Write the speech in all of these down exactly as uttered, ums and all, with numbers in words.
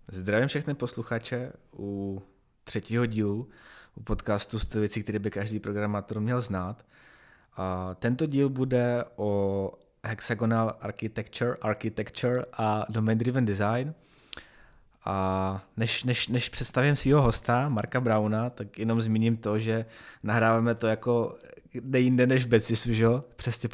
Zdravím všechny posluchače u třetího dílu, u podcastu sto věcí, které by každý programátor měl znát. A tento díl bude o hexagonal architecture, architecture a domain-driven design. A než, než, než představím svýho hosta, Marka Brauna, tak jenom zmíním to, že nahráváme to jako kde jinde než v Betsisu, že jo? Přesně.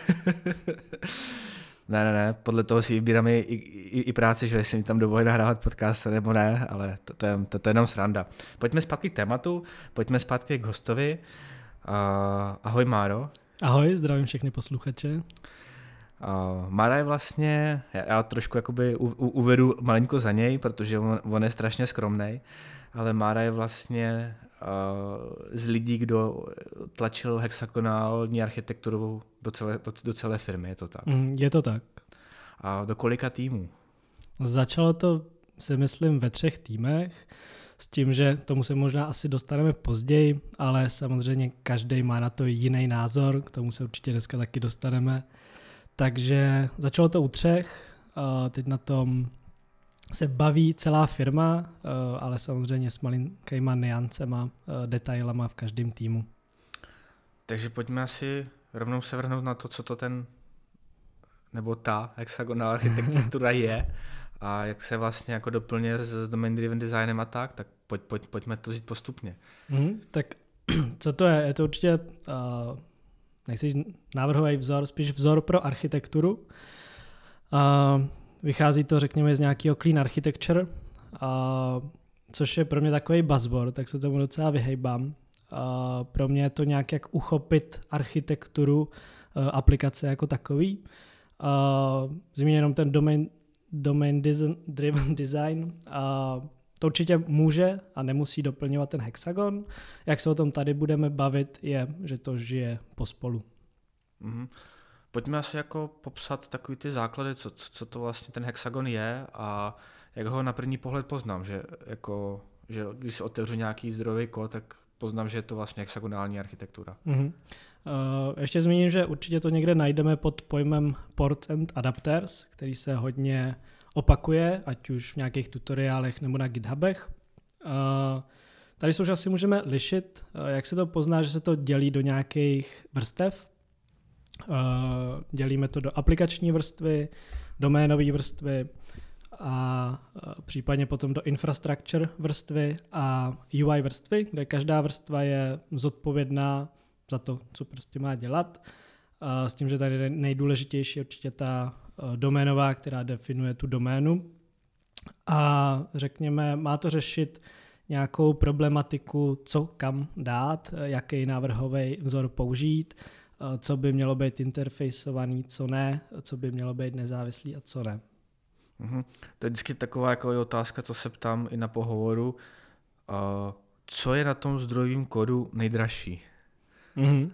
Ne, ne, ne, podle toho si vybíráme i, i, i práci, že jestli mi tam dovolí nahrávat podcast nebo ne, ale to, to, je, to, to je jenom sranda. Pojďme zpátky k tématu, pojďme zpátky k hostovi. Uh, ahoj Máro. Ahoj, zdravím všechny posluchače. Uh, Mára je vlastně, já, já trošku jakoby u, u, uvedu malinko za něj, protože on, on je strašně skromnej, ale Mára je vlastně uh, z lidí, kdo tlačil hexagonální architekturu do celé, do, do celé firmy, je to tak? Mm, je to tak. A do kolika týmů? Začalo to, si myslím, ve třech týmech, s tím, že tomu se možná asi dostaneme později, ale samozřejmě každý má na to jiný názor, k tomu se určitě dneska taky dostaneme. Takže začalo to u třech, teď na tom se baví celá firma, ale samozřejmě s malinkýma niancema, detailama v každém týmu. Takže pojďme asi rovnou se vrhnout na to, co to ten, nebo ta hexagonální architektura je a jak se vlastně jako doplňuje s, s domain-driven designem a tak, tak pojď, pojď, pojďme to vzít postupně. Mm, tak co to je? Je to určitě, uh, nechci návrhový vzor, spíš vzor pro architekturu. Uh, vychází to, řekněme, z nějakého clean architecture, uh, což je pro mě takový buzzword, tak se tomu docela vyhejbám. Uh, pro mě je to nějak jak uchopit architekturu uh, aplikace jako takový. Uh, zmíním jenom ten domain, domain design, driven design. Uh, to určitě může a nemusí doplňovat ten hexagon. Jak se o tom tady budeme bavit, je, že to žije pospolu. Mm-hmm. Pojďme asi jako popsat takový ty základy, co, co to vlastně ten hexagon je a jak ho na první pohled poznám, že, jako, že když si otevřu nějaký zdrojový kód, tak poznám, že je to vlastně hexagonální architektura. Mm-hmm. Uh, ještě zmíním, že určitě to někde najdeme pod pojmem ports and adapters, který se hodně opakuje, ať už v nějakých tutoriálech nebo na GitHubech. Uh, tady se už asi můžeme lišit, uh, jak se to pozná, že se to dělí do nějakých vrstev. Uh, dělíme to do aplikační vrstvy, doménové vrstvy a uh, případně potom do infrastructure vrstvy a U I vrstvy, kde každá vrstva je zodpovědná za to, co prostě má dělat. Uh, s tím, že tady je nejdůležitější určitě ta uh, doménová, která definuje tu doménu. A řekněme, má to řešit nějakou problematiku, co kam dát, jaký návrhový vzor použít, uh, co by mělo být interfejsovaný, co ne, co by mělo být nezávislý a co ne. Mm-hmm. To je vždycky taková jako otázka, co se ptám i na pohovoru. Uh, co je na tom zdrojovém kódu nejdražší? Mm-hmm.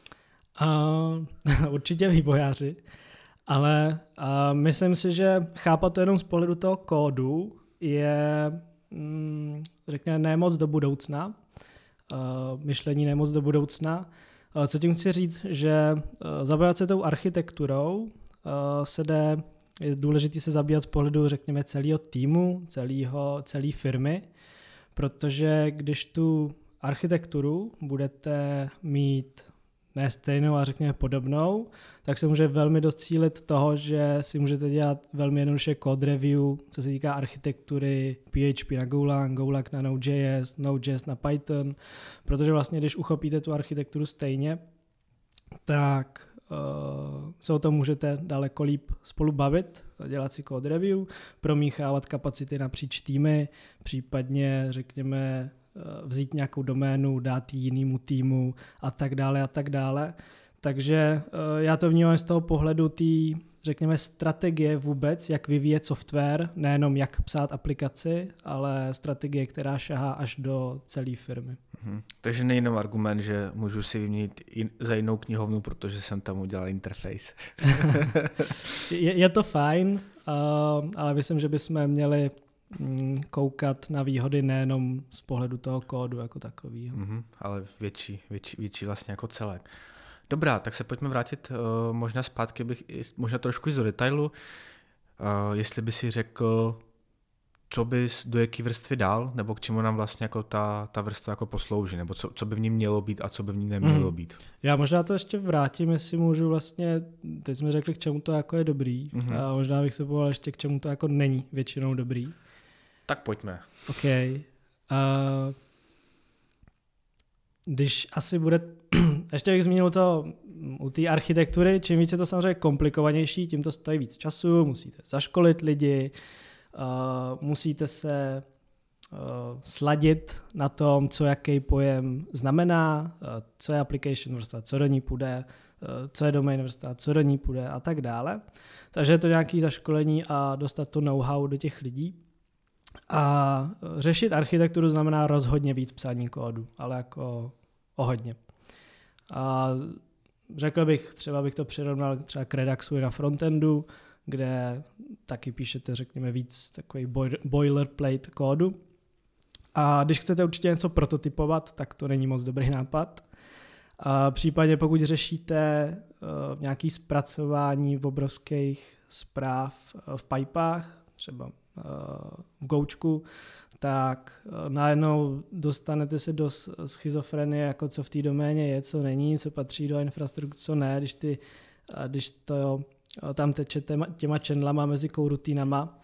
Uh, určitě vývojáři, ale uh, myslím si, že chápat to jenom z pohledu toho kódu je, mm, řekněme, nemoc do budoucna, uh, myšlení nemoc do budoucna. Uh, co tím chci říct, že uh, zabývat se tou architekturou uh, se jde, je důležité se zabývat z pohledu, řekněme, celého týmu, celého, celé firmy, protože když tu architekturu budete mít ne stejnou, ale řekněme podobnou, tak se může velmi docílit toho, že si můžete dělat velmi jednoduše code review, co se týká architektury P H P na Golang, Golang na Node.js, Node.js na Python, protože vlastně, když uchopíte tu architekturu stejně, tak uh, se o tom můžete daleko líp spolu bavit, dělat si code review, promíchávat kapacity napříč týmy, případně, řekněme, vzít nějakou doménu, dát ji jinému týmu a tak dále a tak dále. Takže já to vnímám z toho pohledu té, řekněme, strategie vůbec, jak vyvíjet software, nejenom jak psát aplikaci, ale strategie, která šahá až do celé firmy. Mhm. Takže nejenom argument, že můžu si vyměnit za jinou knihovnu, protože jsem tam udělal interface. je, je to fajn, uh, ale myslím, že bychom měli koukat na výhody nejenom z pohledu toho kódu jako takového. Mm-hmm, ale větší, větší, větší vlastně jako celek. Dobrá, tak se pojďme vrátit uh, možná zpátky, bych možná trošku i do detailu. Uh, jestli by si řekl, co bys do jaký vrstvy dal, nebo k čemu nám vlastně jako ta, ta vrstva jako poslouží, nebo co, co by v ní mělo být a co by v ní nemělo mm. být. Já možná to ještě vrátím, jestli můžu vlastně, teď jsme řekli, k čemu to jako je dobrý, mm-hmm. a možná bych se povedal ještě, k čemu to jako není většinou dobrý. Tak pojďme. OK. Uh, když asi bude, ještě bych zmínil to u té architektury, čím víc je to samozřejmě komplikovanější, tím to stojí víc času, musíte zaškolit lidi, uh, musíte se uh, sladit na tom, co jaký pojem znamená, uh, co je application vrstva, co do ní půjde, uh, co je domain vrstva, co do ní půjde a tak dále. Takže je to nějaké zaškolení a dostat to know-how do těch lidí. A řešit architekturu znamená rozhodně víc psání kódu, ale jako o hodně. A řekl bych, třeba bych to přirovnal třeba k Redaxu na frontendu, kde taky píšete, řekněme, víc takový boilerplate kódu. A když chcete určitě něco prototypovat, tak to není moc dobrý nápad. A případně pokud řešíte uh, nějaké zpracování v obrovských zpráv uh, v pipách, třeba v Goučku, tak najednou dostanete se do schizofrenie, jako co v té doméně je, co není, co patří do infrastruktury, co ne, když, ty, když to tam teče těma, těma channelama mezi kourutínama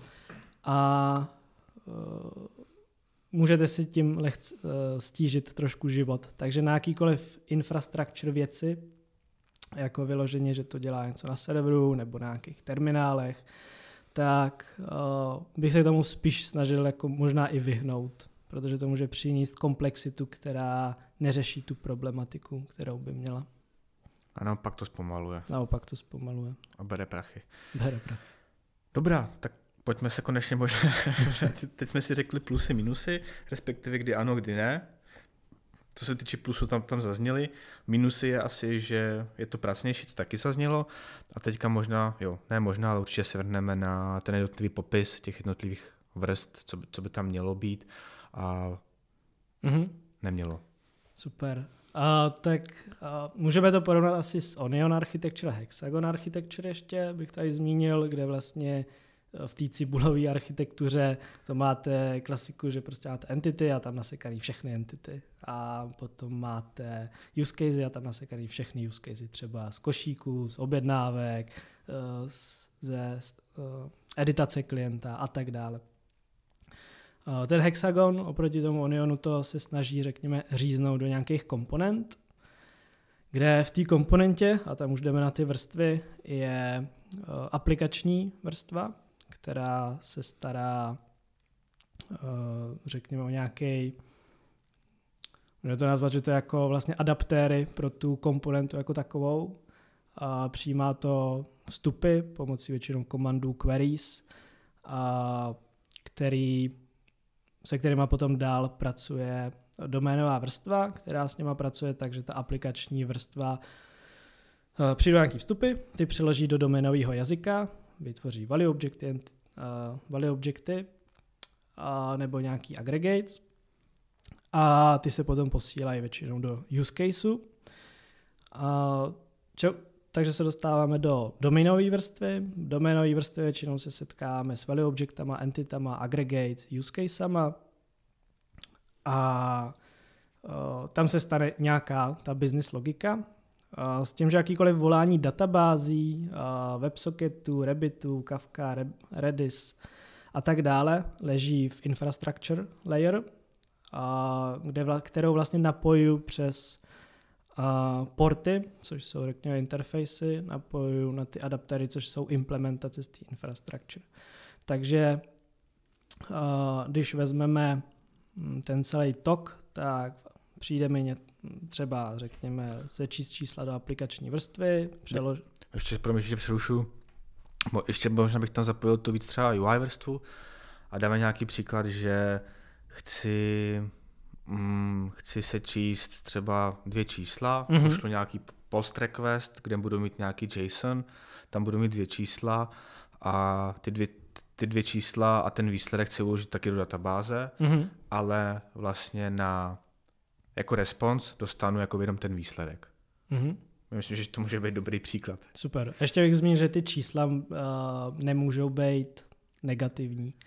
a uh, můžete si tím lehce uh, stížit trošku život. Takže na jakýkoliv infrastructure věci, jako vyloženě, že to dělá něco na serveru nebo na nějakých terminálech, tak uh, bych se tomu spíš snažil jako možná i vyhnout, protože to může přinést komplexitu, která neřeší tu problematiku, kterou by měla. A naopak to zpomaluje. Naopak to zpomaluje. A bere prachy. Bere prachy. Dobrá, tak pojďme se konečně možná, teď jsme si řekli plusy, minusy, respektive kdy ano, kdy ne. Co se týče plusů, tam, tam zazněly. Minusy je asi, že je to pracnější, to taky zaznělo. A teďka možná, jo, ne možná, ale určitě se vrhneme na ten jednotlivý popis těch jednotlivých vrst, co by, co by tam mělo být a mm-hmm. nemělo. Super. Uh, tak uh, můžeme to porovnat asi s Onion Architecture a Hexagon Architecture ještě, bych tady zmínil, kde vlastně v té cibulové architektuře to máte klasiku, že prostě máte entity a tam nasekaný všechny entity. A potom máte use case a tam nasekaný všechny use case, třeba z košíků, z objednávek, ze editace klienta a tak dále. Ten Hexagon oproti tomu Onionu to se snaží, řekněme, říznout do nějakých komponent, kde v té komponentě, a tam už jdeme na ty vrstvy, je aplikační vrstva, která se stará, řekněme, o nějaký, můžeme to nazvat, že to je jako vlastně adaptéry pro tu komponentu jako takovou. A přijímá to vstupy pomocí většinou komandů queries, a který, se kterýma potom dál pracuje doménová vrstva, která s nima pracuje, takže ta aplikační vrstva přijde nějaký vstupy, ty přeloží do doménového jazyka, vytvoří value objecty, uh, value objecty uh, nebo nějaký aggregates a ty se potom posílají většinou do use caseu. Uh, čo, takže se dostáváme do doménové vrstvy. V doménové vrstvy většinou se setkáme s value objectama, entitama, aggregates, use casama a uh, tam se stane nějaká ta business logika. S tím, že jakýkoliv volání databází, WebSocketů, Rabbitu, Kafka, Redis a tak dále leží v infrastructure layer, kde vla, kterou vlastně napojuju přes porty, což jsou, řekněme, interfejsy, napojuju na ty adaptery, což jsou implementace z té infrastructure. Takže když vezmeme ten celý tok, tak přijde mi třeba, řekněme, sečíst čísla do aplikační vrstvy. Přelož... Ještě, promiň, že přerušu. Ještě možná bych tam zapojil tu víc třeba U I vrstvu a dáme nějaký příklad, že chci, mm, chci sečíst třeba dvě čísla, mm-hmm. pošlu nějaký post request, kde budu mít nějaký JSON, tam budu mít dvě čísla a ty dvě, ty dvě čísla a ten výsledek chci uložit taky do databáze, mm-hmm. ale vlastně na jako response dostanu jako jenom ten výsledek. Mm-hmm. Myslím, že to může být dobrý příklad. Super. Ještě bych zmínil, že ty čísla uh, nemůžou být negativní.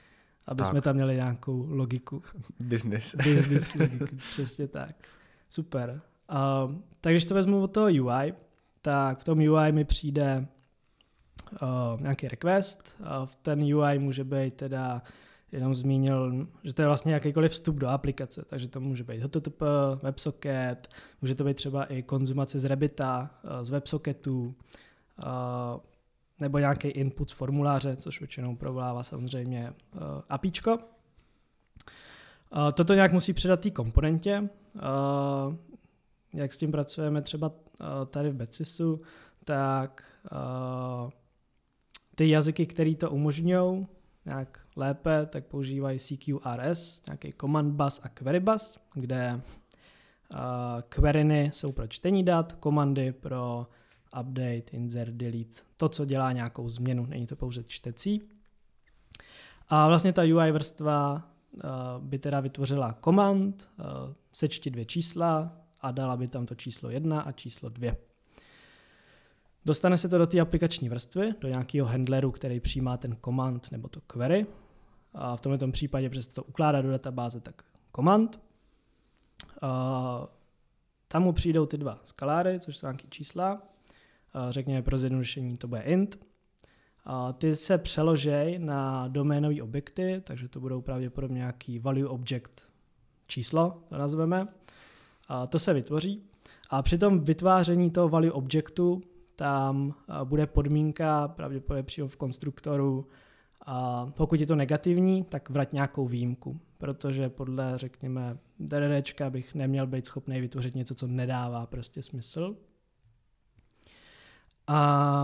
aby tak. jsme tam měli nějakou logiku. Business. Business logiku, přesně tak. Super. Uh, tak když to vezmu od toho U I, tak v tom U I mi přijde uh, nějaký request. Uh, ten U I může být teda, jenom zmínil, že to je vlastně jakýkoliv vstup do aplikace, takže to může být H T T P, WebSocket, může to být třeba i konzumace z Rabbita, uh, z WebSocketů, uh, nebo nějaký input z formuláře, což většinou provolává samozřejmě uh, APIčko. Uh, toto nějak musí předat té komponentě. Uh, jak s tím pracujeme třeba uh, tady v Betsisu, tak uh, ty jazyky, které to umožňují nějak lépe, tak používají C Q R S, nějaký command bus a query bus, kde uh, queryny jsou pro čtení dat, komandy pro update, insert, delete, to, co dělá nějakou změnu, není to pouze čtecí. A vlastně ta U I vrstva uh, by teda vytvořila command, uh, sečti dvě čísla a dala by tam to číslo jedna a číslo dvě. Dostane se to do té aplikační vrstvy, do nějakého handleru, který přijímá ten command nebo to query. A v tomto případě přes to ukládá do databáze, tak command. Uh, tam mu přijdou ty dva skaláry, což jsou nějaké čísla. Uh, řekněme pro zjednodušení to bude int. Uh, ty se přeložej na doménové objekty, takže to budou pravděpodobně nějaký value object číslo, to nazveme. Uh, to se vytvoří. A při tom vytváření toho value objectu tam uh, bude podmínka pravděpodobně přímo v konstruktoru. A pokud je to negativní, tak vrať nějakou výjimku, protože podle, řekněme, DDDčka bych neměl být schopný vytvořit něco, co nedává prostě smysl. A,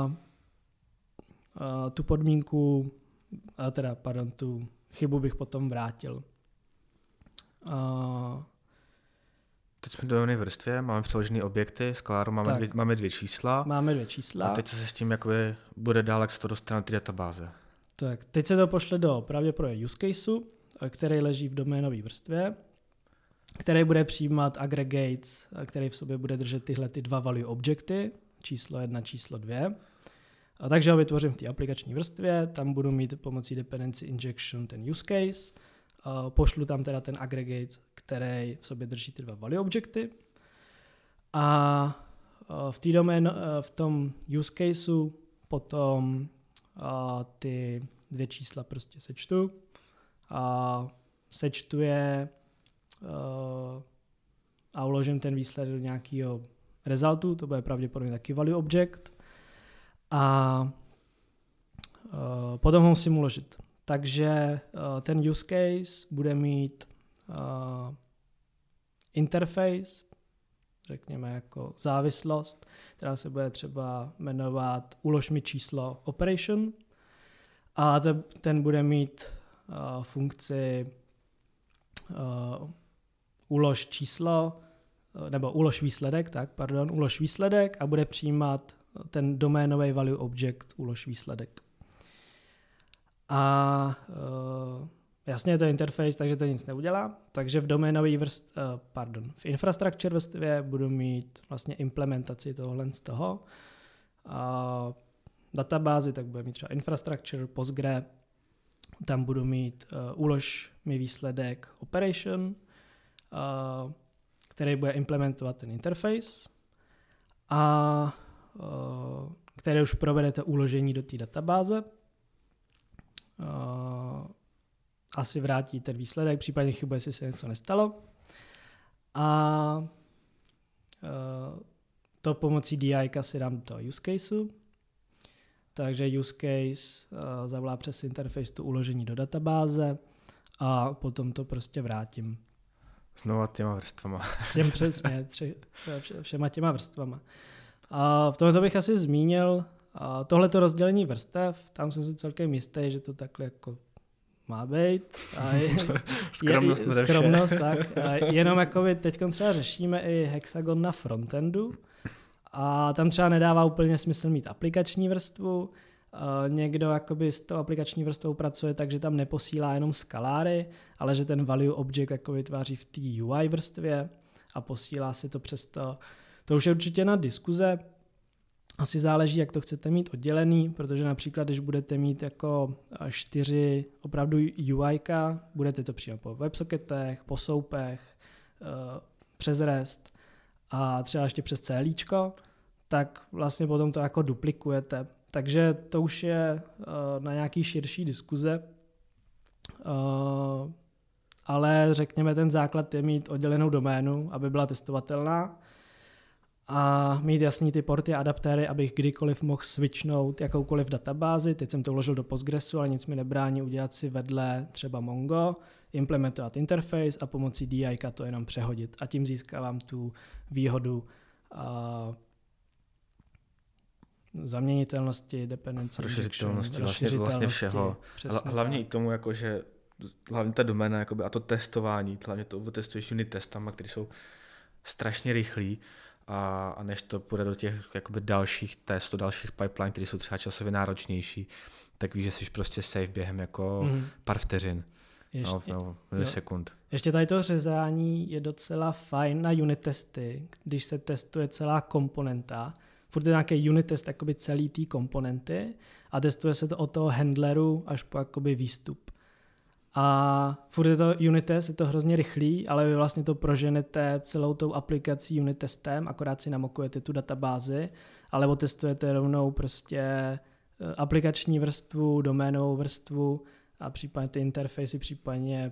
a tu podmínku, a teda, pardon, tu chybu bych potom vrátil. A, Teď jsme do jedné vrstvě, máme přeložené objekty, skláru máme dvě, máme dvě čísla. Máme dvě čísla. A teď co se s tím jakoby bude dál, jak se to dostane na ty databáze. Tak, teď se to pošle do pravděpodobně use caseu, který leží v doménové vrstvě, který bude přijímat aggregates, který v sobě bude držet tyhle ty dva value objekty, číslo jedna, číslo dvě. A takže ho vytvořím v té aplikační vrstvě, tam budu mít pomocí dependency injection ten use case, a pošlu tam teda ten aggregate, který v sobě drží ty dva value objekty. A v, té domén, v tom use caseu potom a ty dvě čísla prostě sečtu a sečtu je uh, a uložím ten výsledek do nějakého resultu, to bude pravděpodobně taky value object a uh, potom ho musím uložit. Takže uh, ten use case bude mít uh, interface, řekněme jako závislost, která se bude třeba jmenovat ulož mi číslo operation a te, ten bude mít uh, funkci uh, ulož číslo, uh, nebo ulož výsledek, tak, pardon, ulož výsledek a bude přijímat ten doménový value object ulož výsledek. A uh, jasně je to interface, takže to nic neudělá, takže v doménový vrst, uh, pardon, v infrastructure vrstvě budu mít vlastně implementaci tohohle z toho. Uh, databázi, tak budu mít třeba infrastructure, Postgre, tam budu mít uh, ulož mi výsledek operation, uh, který bude implementovat ten interface a uh, který už provede to uložení do té databáze. Uh, asi vrátí ten výsledek, případně chybu, jestli se něco nestalo. A uh, to pomocí D I si dám do use caseu. Takže use case uh, zavolá přes interface to uložení do databáze a potom to prostě vrátím. Znova těma vrstvama. Těm přesně, tři, vše, všema těma vrstvama. A v tomhle bych asi zmínil tohleto rozdělení vrstev, tam jsem si celkem jistý, že to takhle jako má být. A je, skromnost, je, skromnost tak. A jenom jakoby teď třeba řešíme i hexagon na frontendu a tam třeba nedává úplně smysl mít aplikační vrstvu. A někdo jakoby s tou aplikační vrstvou pracuje tak, že tam neposílá jenom skaláry, ale že ten value object jako vytváří v té U I vrstvě a posílá si to přes to. To už je určitě na diskuze, asi záleží, jak to chcete mít oddělený, protože například, když budete mít jako čtyři opravdu U I ka, budete to přímo po WebSocketech, po soapech, přes REST a třeba ještě přes CLíčko, tak vlastně potom to jako duplikujete. Takže to už je na nějaký širší diskuze, ale řekněme, ten základ je mít oddělenou doménu, aby byla testovatelná, a mít jasný ty porty a adaptéry, abych kdykoliv mohl switchnout jakoukoliv databázi. Teď jsem to vložil do Postgresu, ale nic mi nebrání udělat si vedle třeba Mongo, implementovat interface a pomocí D I ka to jenom přehodit. A tím získávám tu výhodu a zaměnitelnosti, dependency, rozšiřitelnosti, vlastně, vlastně všeho. Hlavně i k tomu, jako, že hlavně ta doména jakoby, a to testování, hlavně to testuješ unit testama, které jsou strašně rychlý, a, a než to půjde do těch jakoby dalších testů, dalších pipeline, které jsou třeba časově náročnější, tak víš, že jsi prostě safe během jako mm. pár vteřin. Ještě, no, no, milisekund. Ještě tady to řezání je docela fajn na unit testy, když se testuje celá komponenta. Furt je nějaký unit test jakoby celý té komponenty a testuje se to od toho handleru až po jakoby výstup. A furt je to unit test, je to hrozně rychlý, ale vy vlastně to proženete celou tou aplikací unit testem, akorát si namokujete tu databázi, alebo testujete rovnou prostě aplikační vrstvu, doménovou vrstvu a případně ty interfejsy, případně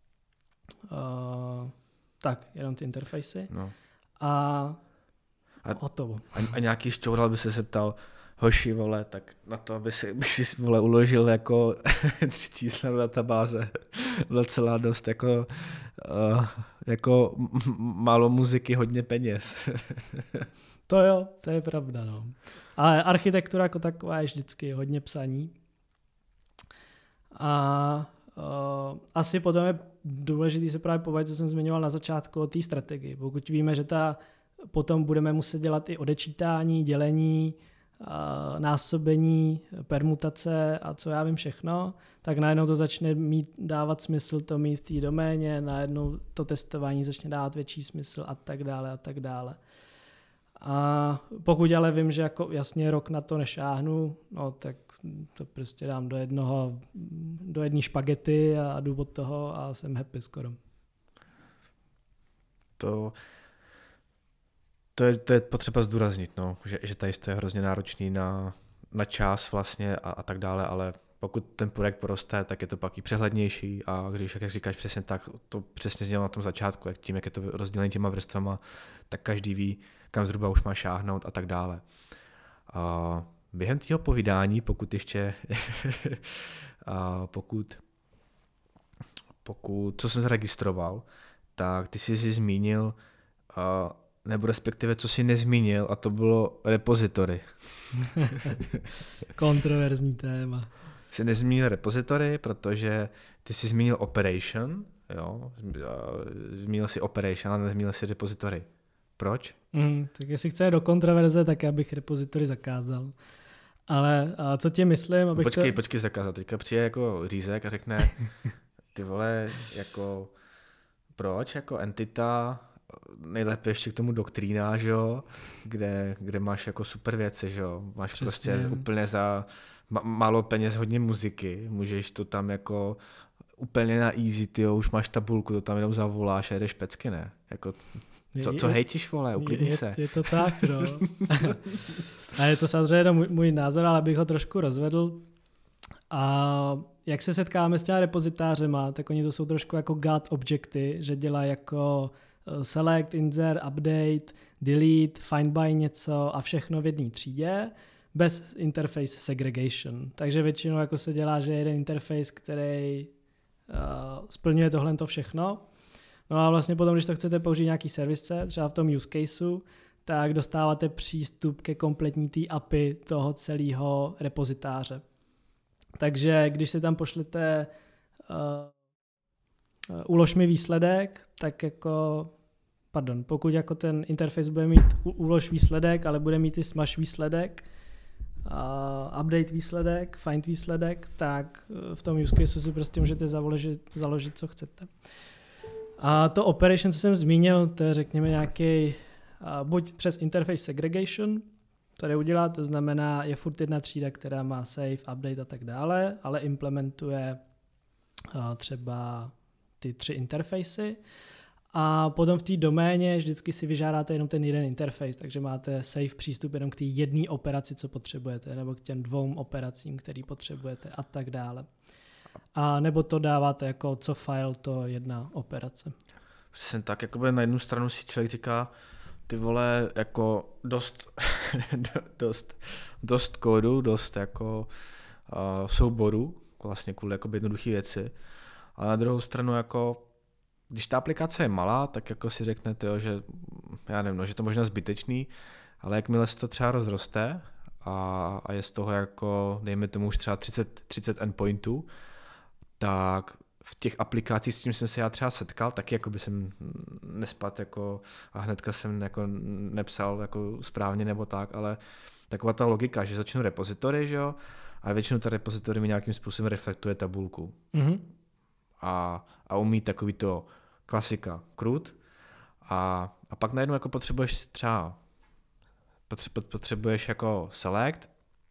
uh, tak, jenom ty interfejsy. No. A, a hotovo. A, a nějaký šťoural by se zeptal, hoši, vole, tak na to, aby si, bych si vole, uložil jako tři čísla do databáze, docela dost jako, uh, jako m- málo muziky, hodně peněz. To jo, to je pravda, no. Ale architektura jako taková je vždycky hodně psaní. A uh, asi potom je důležité se právě povědět, co jsem zmiňoval na začátku o té strategii. Pokud víme, že ta potom budeme muset dělat i odečítání, dělení, násobení, permutace a co já vím všechno, tak najednou to začne mít, dávat smysl to mít v té doméně, najednou to testování začne dávat větší smysl a tak dále a tak dále. A pokud ale vím, že jako jasně rok na to nešáhnu, no tak to prostě dám do jednoho, do jedné špagety a jdu od toho a jsem happy skoro. To To je, to je potřeba zdůraznit, no, že, že tady to je hrozně náročný na, na čas vlastně a, a tak dále, ale pokud ten projekt poroste, tak je to pak i přehlednější a když, jak říkáš přesně tak, to přesně znělo na tom začátku, jak tím, jak je to rozdělené těma vrstvama, tak každý ví, kam zhruba už má šáhnout a tak dále. A během tvého povídání, pokud ještě, a pokud, pokud, co jsem zaregistroval, tak ty jsi si zmínil, a, nebo respektive, co jsi nezmínil, a to bylo repozitory. Kontroverzní téma. Jsi nezmínil repozitory, protože ty jsi zmínil operation, jo, zmínil jsi operation, ale nezmínil jsi repozitory. Proč? Mm, tak jestli chce do kontroverze, tak já bych repozitory zakázal. Ale a co tě myslím? Abych počkej, to... počkej zakázat. Teďka přijde jako řízek a řekne, ty vole, jako proč, jako entita, nejlépe ještě k tomu doktrína, že jo, kde, kde máš jako super věci, že jo, máš přesně. Prostě úplně za ma- málo peněz hodně muziky, můžeš to tam jako úplně na easy, tyjo, už máš tabulku, to tam jenom zavoláš a jdeš pecky, ne, jako co, co hejtíš, vole, uklidni je, se. Je to tak, no. A je to samozřejmě můj, můj názor, ale bych ho trošku rozvedl. A jak se setkáme s těma repozitářema, tak oni to jsou trošku jako God objecty, že dělají jako select, insert, update, delete, find by něco a všechno v jedné třídě, bez interface segregation. Takže většinou jako se dělá, že je jeden interface, který uh, splňuje tohle všechno. No a vlastně potom, když to chcete použít nějaký servisce, třeba v tom use caseu, tak dostáváte přístup ke kompletní té A P I toho celého repozitáře. Takže když si tam pošlete uh, ulož mi výsledek, tak jako, pardon, pokud jako ten interface bude mít ulož výsledek, ale bude mít i smash výsledek, uh, update výsledek, find výsledek, tak v tom use caseu si prostě můžete založit, založit co chcete. A to operation, co jsem zmínil, to je řekněme nějaký uh, buď přes interface segregation, tady udělat, to znamená, je furt jedna třída, která má save, update a tak dále, ale implementuje uh, třeba ty tři interfejsy a potom v té doméně vždycky si vyžádáte jenom ten jeden interface, takže máte save přístup jenom k té jedné operaci, co potřebujete, nebo k těm dvou operacím, který potřebujete a tak dále. A nebo to dáváte jako co file, to jedna operace. Přesně tak, jakoby na jednu stranu si člověk říká, ty vole, jako dost, dost, dost kódu, dost jako uh, souboru, vlastně kvůli jakoby jednoduché věci. Ale na druhou stranu, jako, když ta aplikace je malá, tak jako si řeknete, jo, že já nevím, no, že to možná zbytečný, ale jakmile se to třeba rozroste a, a je z toho jako, dejme tomu už třeba třicet, třicet endpointů, tak v těch aplikacích, s tím jsem se já třeba setkal, taky jako by jsem nespadl jako, a hnedka jsem jako nepsal jako správně nebo tak, ale taková ta logika, že začnu repozitory, že jo, a většinou ta repozitory mi nějakým způsobem reflektuje tabulku. Mm-hmm. A, a umí takový to klasika, CRUD, a, a pak najednou jako potřebuješ třeba potřebuješ jako select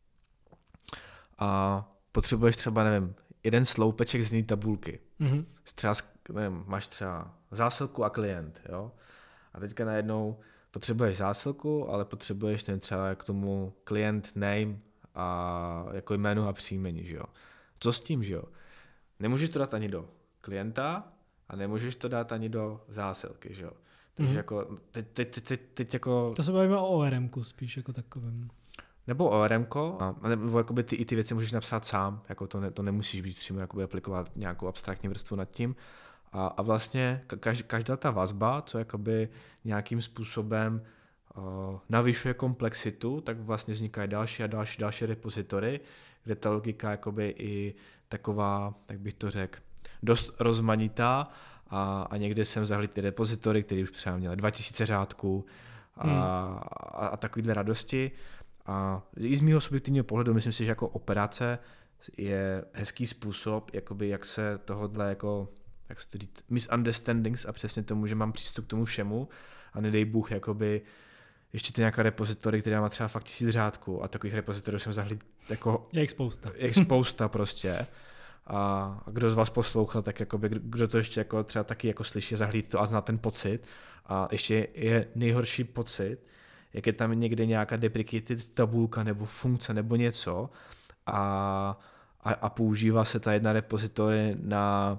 a potřebuješ třeba, nevím, jeden sloupeček z jiné tabulky. Mm-hmm. Třeba, nevím, máš třeba zásilku a klient, jo? A teďka najednou potřebuješ zásilku, ale potřebuješ ten třeba k tomu klient name a jako jméno a příjmení, že jo? Co s tím, že jo? Nemůžeš to dát ani do klienta a nemůžeš to dát ani do zásilky, že jo? Takže mm-hmm. jako teď, teď, teď, teď jako... To se bavíme o O R M ku spíš jako takovým. Nebo O R M ko, nebo jakoby ty, i ty věci můžeš napsat sám, jako to, ne, to nemusíš být přímo jakoby aplikovat nějakou abstraktní vrstvu nad tím. A, a vlastně každá, každá ta vazba, co jakoby nějakým způsobem uh, navyšuje komplexitu, tak vlastně vznikají další a další, další repozitory, kde ta logika jakoby i taková, tak bych to řekl, dost rozmanitá a, a někde jsem zahlíd ty repozitory, které už třeba měly dva tisíce řádků a, hmm. a, a takovýhle radosti. A i z mého subjektivního pohledu myslím si, že jako operace je hezký způsob, jakoby jak se tohodle jako, jak se to říct, misunderstandings a přesně tomu, že mám přístup k tomu všemu a nedej Bůh, jakoby ještě to nějaká repozitory, která má třeba fakt tisíc řádků a takových repozitorů jsem zahlíd jako... Je jich spousta. Je jich spousta prostě. A kdo z vás poslouchal, tak jakoby, kdo to ještě jako třeba taky jako slyší, zahlíd to a zná ten pocit. A ještě je nejhorší pocit, jak je tam někde nějaká deprecated tabulka nebo funkce nebo něco a, a, a používá se ta jedna repozitory na,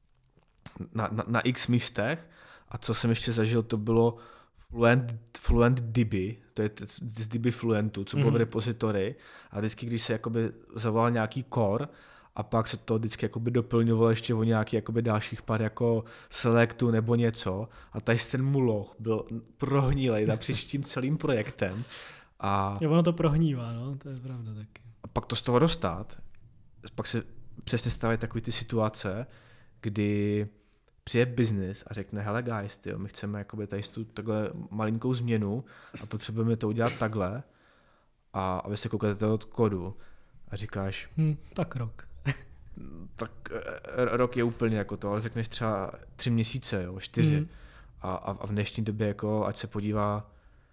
na, na, na x místech a co jsem ještě zažil, to bylo Fluent, Fluent D B, to je z D B Fluentu, co bylo mm. v repozitory a vždycky, když se jakoby zavolal nějaký core a pak se to vždycky jakoby doplňovalo ještě o nějaký jakoby dalších pár jako selectu nebo něco a tady ten muloch byl prohnilej napříč tím celým projektem. A jo, ono to prohnívá, no, to je pravda taky. A pak to z toho dostat, pak se přesně stávají takové ty situace, kdy přijde business a řekne, hele guys, tyjo, my chceme jakoby tady tu takhle malinkou změnu a potřebujeme to udělat takhle a, a vy se koukáte od kodu a říkáš... Hmm, tak rok. Tak rok je úplně jako to, ale řekneš třeba tři měsíce, jo, čtyři. Mm. A, a v dnešní době, jako, ať se podívá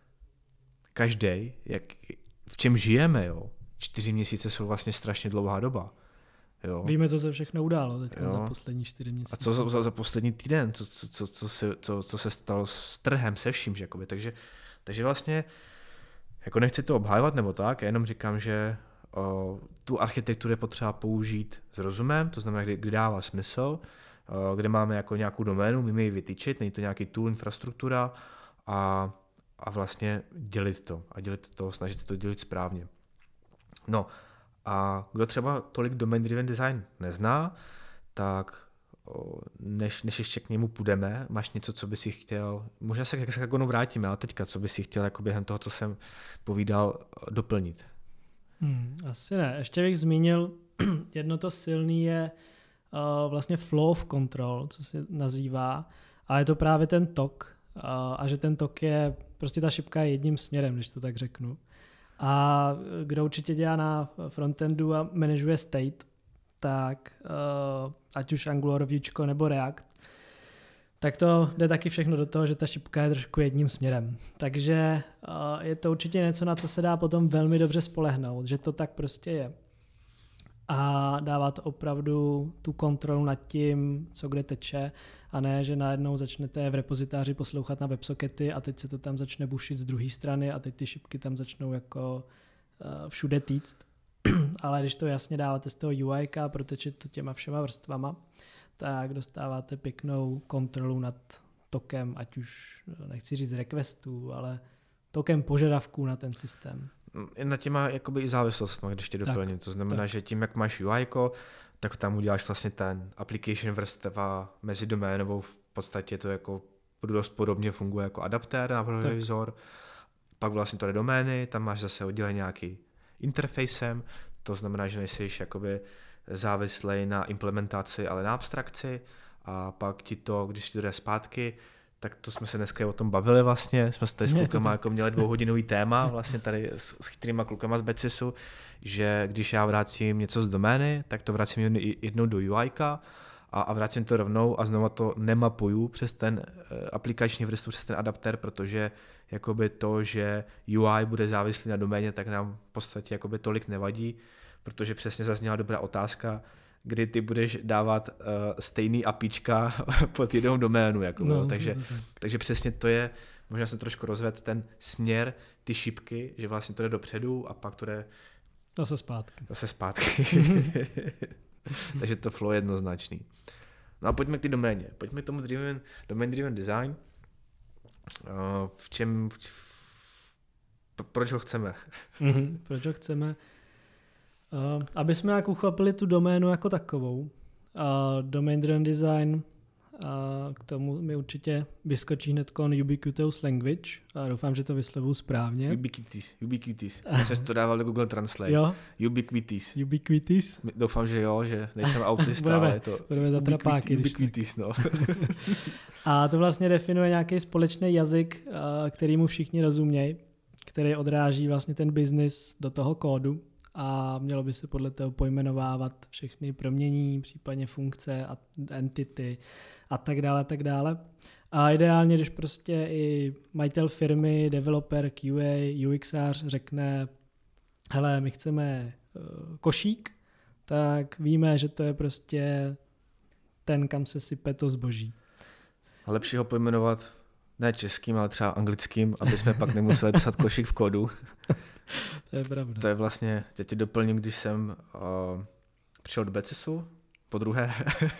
každý, jak, v čem žijeme, jo. Čtyři měsíce jsou vlastně strašně dlouhá doba. Jo. Víme, co se všechno událo teď za poslední čtyři měsíce. A co za, za poslední týden, co, co, co, co, se, co, co se stalo s trhem, se vším, že jakoby. Takže, takže vlastně, jako nechci to obhájovat nebo tak, já jenom říkám, že O, tu architekturu je potřeba použít s rozumem, to znamená, kdy, kdy dává smysl, o, kde máme jako nějakou doménu, my ji vytyčit, není to nějaký tool, infrastruktura a, a vlastně dělit to a dělit to, snažit se to dělit správně. No a kdo třeba tolik domain-driven design nezná, tak o, než, než ještě k němu půjdeme, máš něco, co by si chtěl, možná se k Hexagonu vrátíme, ale teďka, co by si chtěl jako během toho, co jsem povídal, doplnit. Hmm, asi ne. Ještě bych zmínil, jedno to silný je uh, vlastně flow of control, co se nazývá, a je to právě ten tok. Uh, a že ten tok je, prostě ta šipka je jedním směrem, když to tak řeknu. A kdo určitě dělá na frontendu a manažuje state, tak uh, ať už Angular, Vuečko nebo React, tak to jde taky všechno do toho, že ta šipka je trošku jedním směrem. Takže uh, je to určitě něco, na co se dá potom velmi dobře spolehnout, že to tak prostě je. A dává to opravdu tu kontrolu nad tím, co kde teče, a ne, že najednou začnete v repozitáři poslouchat na WebSockety a teď se to tam začne bušit z druhé strany a teď ty šipky tam začnou jako uh, všude týct. Ale když to jasně dáváte z toho U I ka, proteče to těma všema vrstvama, tak dostáváte pěknou kontrolu nad tokem, ať už nechci říct requestů, ale tokem požadavků na ten systém. Na těma jakoby i závislostmi, když tě doplním. To znamená, tak. že tím, jak máš U I ko, tak tam uděláš vlastně ten application vrstva mezidoménovou, v podstatě to jako dost podobně funguje jako adaptér, návrhový vzor. Pak vlastně to je domény, tam máš zase oddělený nějaký interfejsem, to znamená, že nejsi jakoby závislej na implementaci, ale na abstrakci, a pak ti to, když ti to jde zpátky, tak to jsme se dneska o tom bavili vlastně, jsme se tady s klukama jako měli dvouhodinový téma vlastně tady s, s chytrýma klukama z Betsisu, že když já vracím něco z domény, tak to vracím jednou do U I ka a, a vracím to rovnou a znovu to nemapuju přes ten aplikační vrstvu, přes ten adaptér, protože jakoby to, že U I bude závislý na doméně, tak nám v podstatě jakoby tolik nevadí, protože přesně zazněla dobrá otázka, kdy ty budeš dávat uh, stejný apíčka pod jednou doménu. Jako, no, takže, to to. takže přesně to je, možná jsem trošku rozvedl ten směr, ty šipky, že vlastně to jde dopředu a pak to jde zase zpátky. Zase zpátky. Takže to flow je jednoznačný. No a pojďme k té doméně. Pojďme k tomu driven, domain driven design. Uh, v čem, v, v, proč ho chceme? Mm-hmm, proč ho chceme? Uh, aby jsme jak uchopili tu doménu jako takovou. Uh, domain driven design, uh, k tomu mi určitě vyskočí hnedkon Ubiquitous Language. A doufám, že to vyslovuju správně. Ubiquitous, Ubiquitous. Já jsem to dával do Google Translate. Jo? Ubiquitous. Ubiquitous. Doufám, že jo, že nejsem autista, ale je to budeme za trapáky. Ubiquitous, no. A to vlastně definuje nějaký společný jazyk, kterýmu všichni rozumějí, který odráží vlastně ten business do toho kódu. A mělo by se podle toho pojmenovávat všechny promění, případně funkce a entity a tak dále, tak dále. A ideálně, když prostě i majitel firmy, developer, Q A, UXář řekne, hele, my chceme uh, košík, tak víme, že to je prostě ten, kam se sype to zboží. A lepší ho pojmenovat ne českým, ale třeba anglickým, aby jsme pak nemuseli psat košík v kódu. To je pravda. To je vlastně, já tě doplním, když jsem uh, přišel do Betsisu po druhé,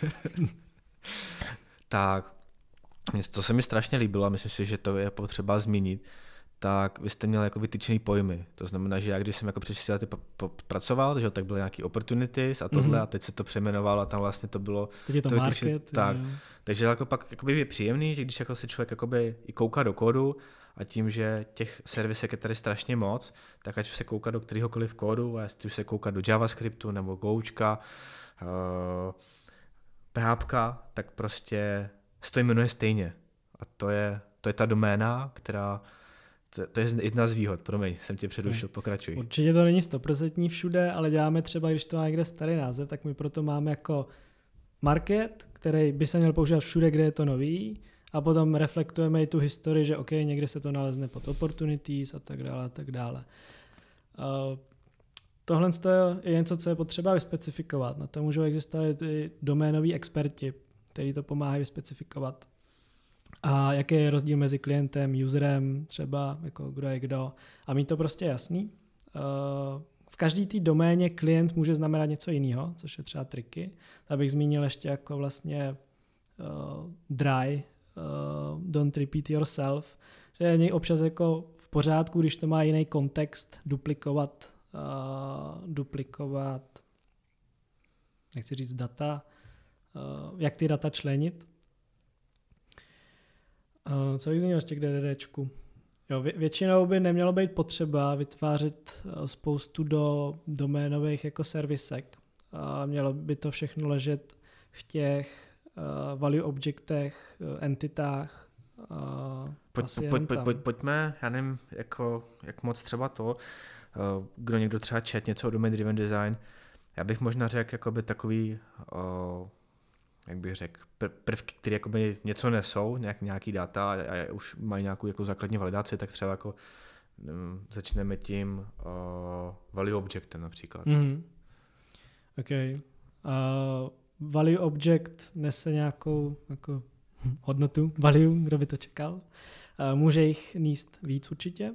tak co se mi strašně líbilo a myslím si, že to je potřeba zmínit, tak vy jste měli jako vytyčený pojmy. To znamená, že já když jsem jako před šesti lety pracoval, že tak byly nějaký opportunities a tohle, mm-hmm. a teď se to přejmenovalo a tam vlastně to bylo... Teď je to, to market. Tak. Takže jako pak jakoby je příjemný, že když jako se člověk jakoby i kouká do kódu a tím, že těch servisek je tady strašně moc, tak ať už se kouká do kteréhokoliv kódu, a jestli už se kouká do JavaScriptu nebo Goučka, uh, PHPka, tak prostě se to jmenuje stejně. A to je, to je ta doména, která... To, to je jedna z výhod, promiň, jsem tě předušil, pokračuj. Určitě to není stoprocentní všude, ale děláme třeba, když to má někde starý název, tak my proto máme jako market, který by se měl používat všude, kde je to nový, a potom reflektujeme i tu historii, že ok, někde se to nalezne pod opportunities a tak dále a tak dále. Uh, tohle je něco, co je potřeba vyspecifikovat. Na to můžou existovat i doménoví experti, kteří to pomáhají vyspecifikovat. A jaký je rozdíl mezi klientem, userem, třeba jako kdo je kdo. A mít to prostě jasný. V každé té doméně klient může znamenat něco jiného, což je třeba triky. Abych zmínil ještě jako vlastně uh, dry, uh, don't repeat yourself, že je občas jako v pořádku, když to má jiný kontext, duplikovat, uh, duplikovat, nechci říct data, uh, jak ty data členit. Uh, co bych zmínil ještě k D D Čku? Jo, vě- většinou by nemělo být potřeba vytvářet uh, spoustu do doménových jako servisek. Uh, mělo by to všechno ležet v těch uh, value objectech, uh, entitách. Uh, pojď, pojď, pojď, pojď, pojďme, já nevím, jako, jak moc třeba to, uh, kdo někdo třeba čet něco o domain driven design, já bych možná řekl jakoby takový uh, jak bych řekl, prvky, které jakoby něco nesou, nějak, nějaký data a, a už mají nějakou jako základní validaci, tak třeba jako um, začneme tím uh, value objectem například. Mm. OK. Uh, value object nese nějakou jako hodnotu, value, kdo by to čekal. Uh, může jich níst víc určitě.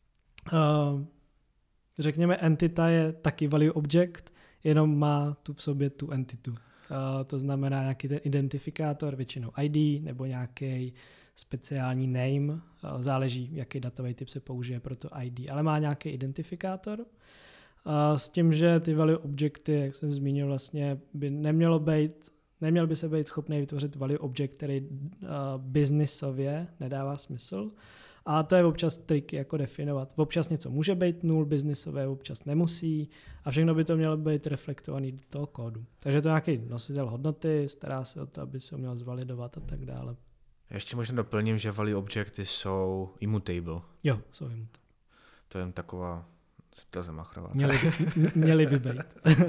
Uh, řekněme, entita je taky value object, jenom má tu v sobě tu entitu. Uh, to znamená nějaký ten identifikátor, většinou I D nebo nějaký speciální name, uh, záleží, jaký datový typ se použije pro to I D, ale má nějaký identifikátor. Uh, s tím, že ty value objecty, jak jsem zmínil, vlastně by nemělo být, neměl by se být schopný vytvořit value object, který uh, businessově nedává smysl. A to je občas triky, jako definovat. Občas něco může být nul businessové, občas nemusí a všechno by to mělo být reflektovaný do toho kódu. Takže to je nějaký nositel hodnoty, stará se o to, aby se uměl zvalidovat a tak dále. Ještě možná doplním, že value objecty jsou immutable. Jo, jsou immutable. To je jen taková, se zamachrovat. Měli, měli by být.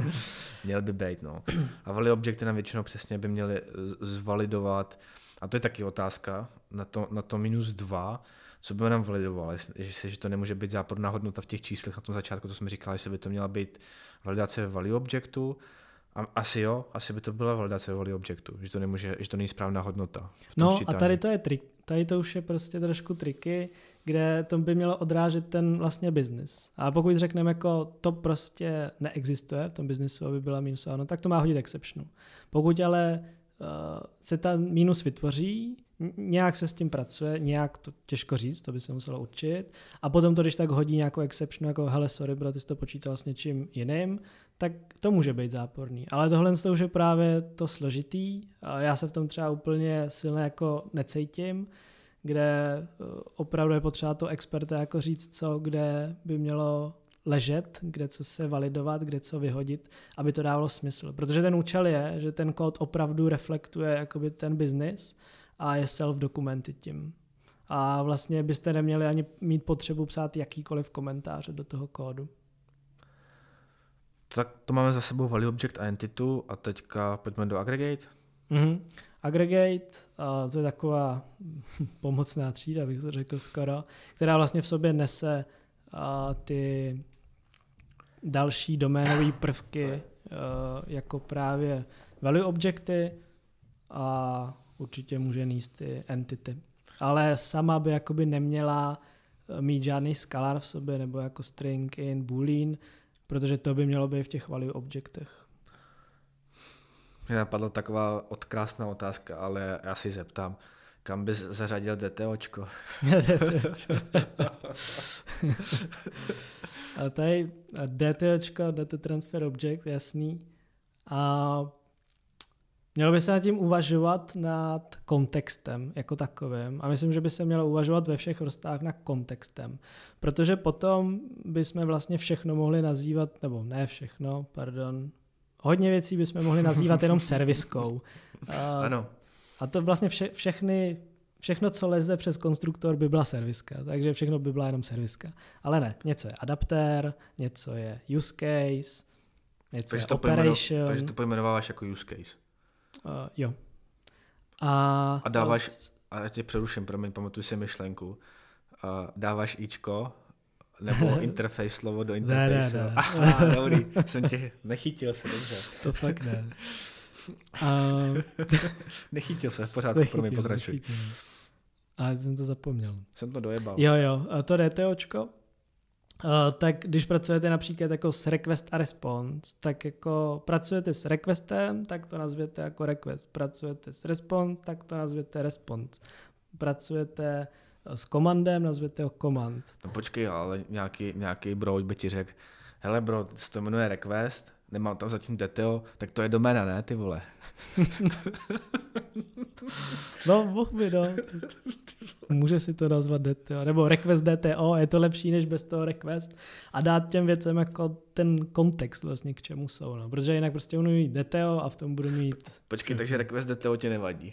Měli by být, no. A value objecty nám většinou přesně by měly zvalidovat, a to je taky otázka, na to, na to minus dva, co by nám validovalo, že, že to nemůže být záporná hodnota v těch číslech na tom začátku, to jsme říkali, jestli by to měla být validace value objectu, a asi jo, asi by to byla validace value objectu, že to nemůže, že to není správná hodnota. No ščítání. A tady to je trik, tady to už je prostě trošku triky, kde to by mělo odrážet ten vlastně business. A pokud řekneme, jako to prostě neexistuje, v tom businessu, aby byla minusová hodnota, tak to má hodit exceptionu. Pokud ale uh, se ta minus vytvoří, nějak se s tím pracuje, nějak to těžko říct, to by se muselo učit. A potom to, když tak hodí nějakou exception, jako hele, sorry, bro, ty jsi to počítal s něčím jiným, tak to může být záporný. Ale tohle to už je právě to složitý. Já se v tom třeba úplně silně jako necítím, kde opravdu je potřeba to experta jako říct, co kde by mělo ležet, kde co se validovat, kde co vyhodit, aby to dávalo smysl. Protože ten účel je, že ten kód opravdu reflektuje jakoby ten business a je self-documented tím. A vlastně byste neměli ani mít potřebu psát jakýkoliv komentáře do toho kódu. Tak to máme za sebou value object a entitu a teďka pojďme do aggregate. Mm-hmm. Aggregate, uh, to je taková pomocná třída, bych to řekl skoro, která vlastně v sobě nese uh, ty další doménové prvky, uh, jako právě value objecty a určitě může nést ty entity. Ale sama by jakoby neměla mít žádný scalar v sobě nebo jako string in, boolean, protože to by mělo být v těch value objectech. Mě napadla taková odkrásná otázka, ale já si zeptám, kam bys zařadil DTOčko? A tady DTOčko, Data Transfer Object, jasný. A mělo by se nad tím uvažovat nad kontextem jako takovým. A myslím, že by se mělo uvažovat ve všech vrstách nad kontextem. Protože potom bychom vlastně všechno mohli nazývat, nebo ne všechno, pardon, hodně věcí bychom mohli nazývat jenom serviskou. A, ano. A to vlastně vše, všechny, všechno, co leze přes konstruktor, by byla serviska. Takže všechno by byla jenom serviska. Ale ne, něco je adaptér, něco je use case, něco takže je to operation. Pojmenov, takže to pojmenováváš jako use case. Uh, jo. A, a dáváš, a já tě přeruším, promiň, pamatuj si myšlenku, uh, dáváš ičko, nebo interface slovo do interface. Ne, ne, ne. Aha, dobrý, jsem tě nechytil se, dobře. To fakt ne. Uh, nechytil se, v pořádku, promiň, pokračuj. Nechytil. A jsem to zapomněl. Jsem to dojebal. Jo, jo, to DTOčko. Uh, tak když pracujete například jako s request a response, tak jako pracujete s requestem, tak to nazvěte jako request. Pracujete s response, tak to nazvěte response. Pracujete s komandem, nazvěte ho command. No počkej, ale nějaký, nějaký bro by ti řekl, hele bro, se to jmenuje request, nemám tam zatím D T O, tak to je doména, ne, ty vole? No, mohl by, no. Může si to nazvat D T O, nebo request D T O, je to lepší než bez toho request a dát těm věcem jako ten kontext vlastně, k čemu jsou, no. Protože jinak prostě budu mít D T O a v tom budu mít... Počkej, takže request D T O tě nevadí?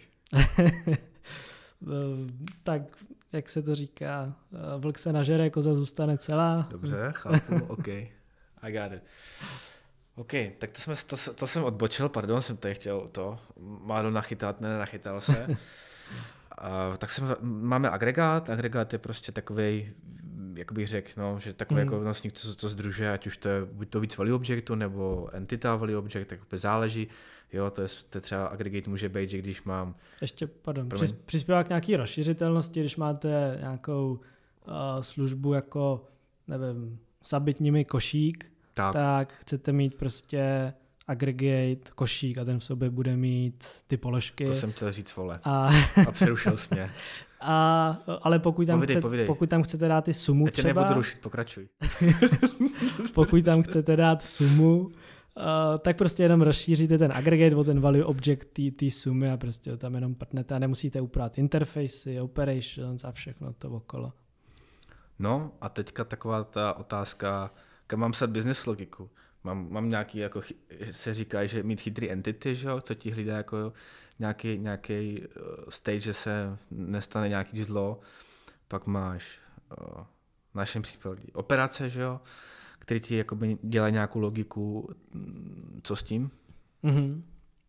Tak, jak se to říká, vlk se nažere, koza zůstane celá. Dobře, chápu, OK, I got it. OK, tak to, jsme, to, to jsem odbočil, pardon, jsem tady chtěl to málo nachytat, ne, nachytal se. Uh, tak jsem, máme agregát, agregát je prostě takovej, jak bych řekl, no, že takový mm. jako nosník, co, co združuje, ať už to je buď to víc value objectu, nebo entita value object, tak úplně záleží. Jo, to je, to je třeba aggregate může být, že když mám... Ještě, pardon, přis, přispívá k nějaký rozšiřitelnosti, když máte nějakou uh, službu jako, nevím, sabitními košík, tak. tak chcete mít prostě aggregate, košík a ten v sobě bude mít ty položky. To jsem chtěl říct, vole. A, a přerušil jsi mě. A, ale pokud tam, povidej, chce, povidej. pokud tam chcete dát ty sumu Já tě třeba... nebudu rušit, pokračuj. Pokud tam chcete dát sumu, uh, tak prostě jenom rozšíříte ten aggregate o ten value object té sumy a prostě tam jenom prdnete a nemusíte upravit interfejsy, operations a všechno to okolo. No a teďka taková ta otázka, kam mám psat business logiku. Mám, mám nějaký, jako se říká, že mít chytrý entity, že jo, co ti hlídá jako nějaký, nějaký state, že se nestane nějaký zlo. Pak máš uh, v našem případě operace, že jo, který ti jakoby dělají nějakou logiku. Co s tím? Mm-hmm.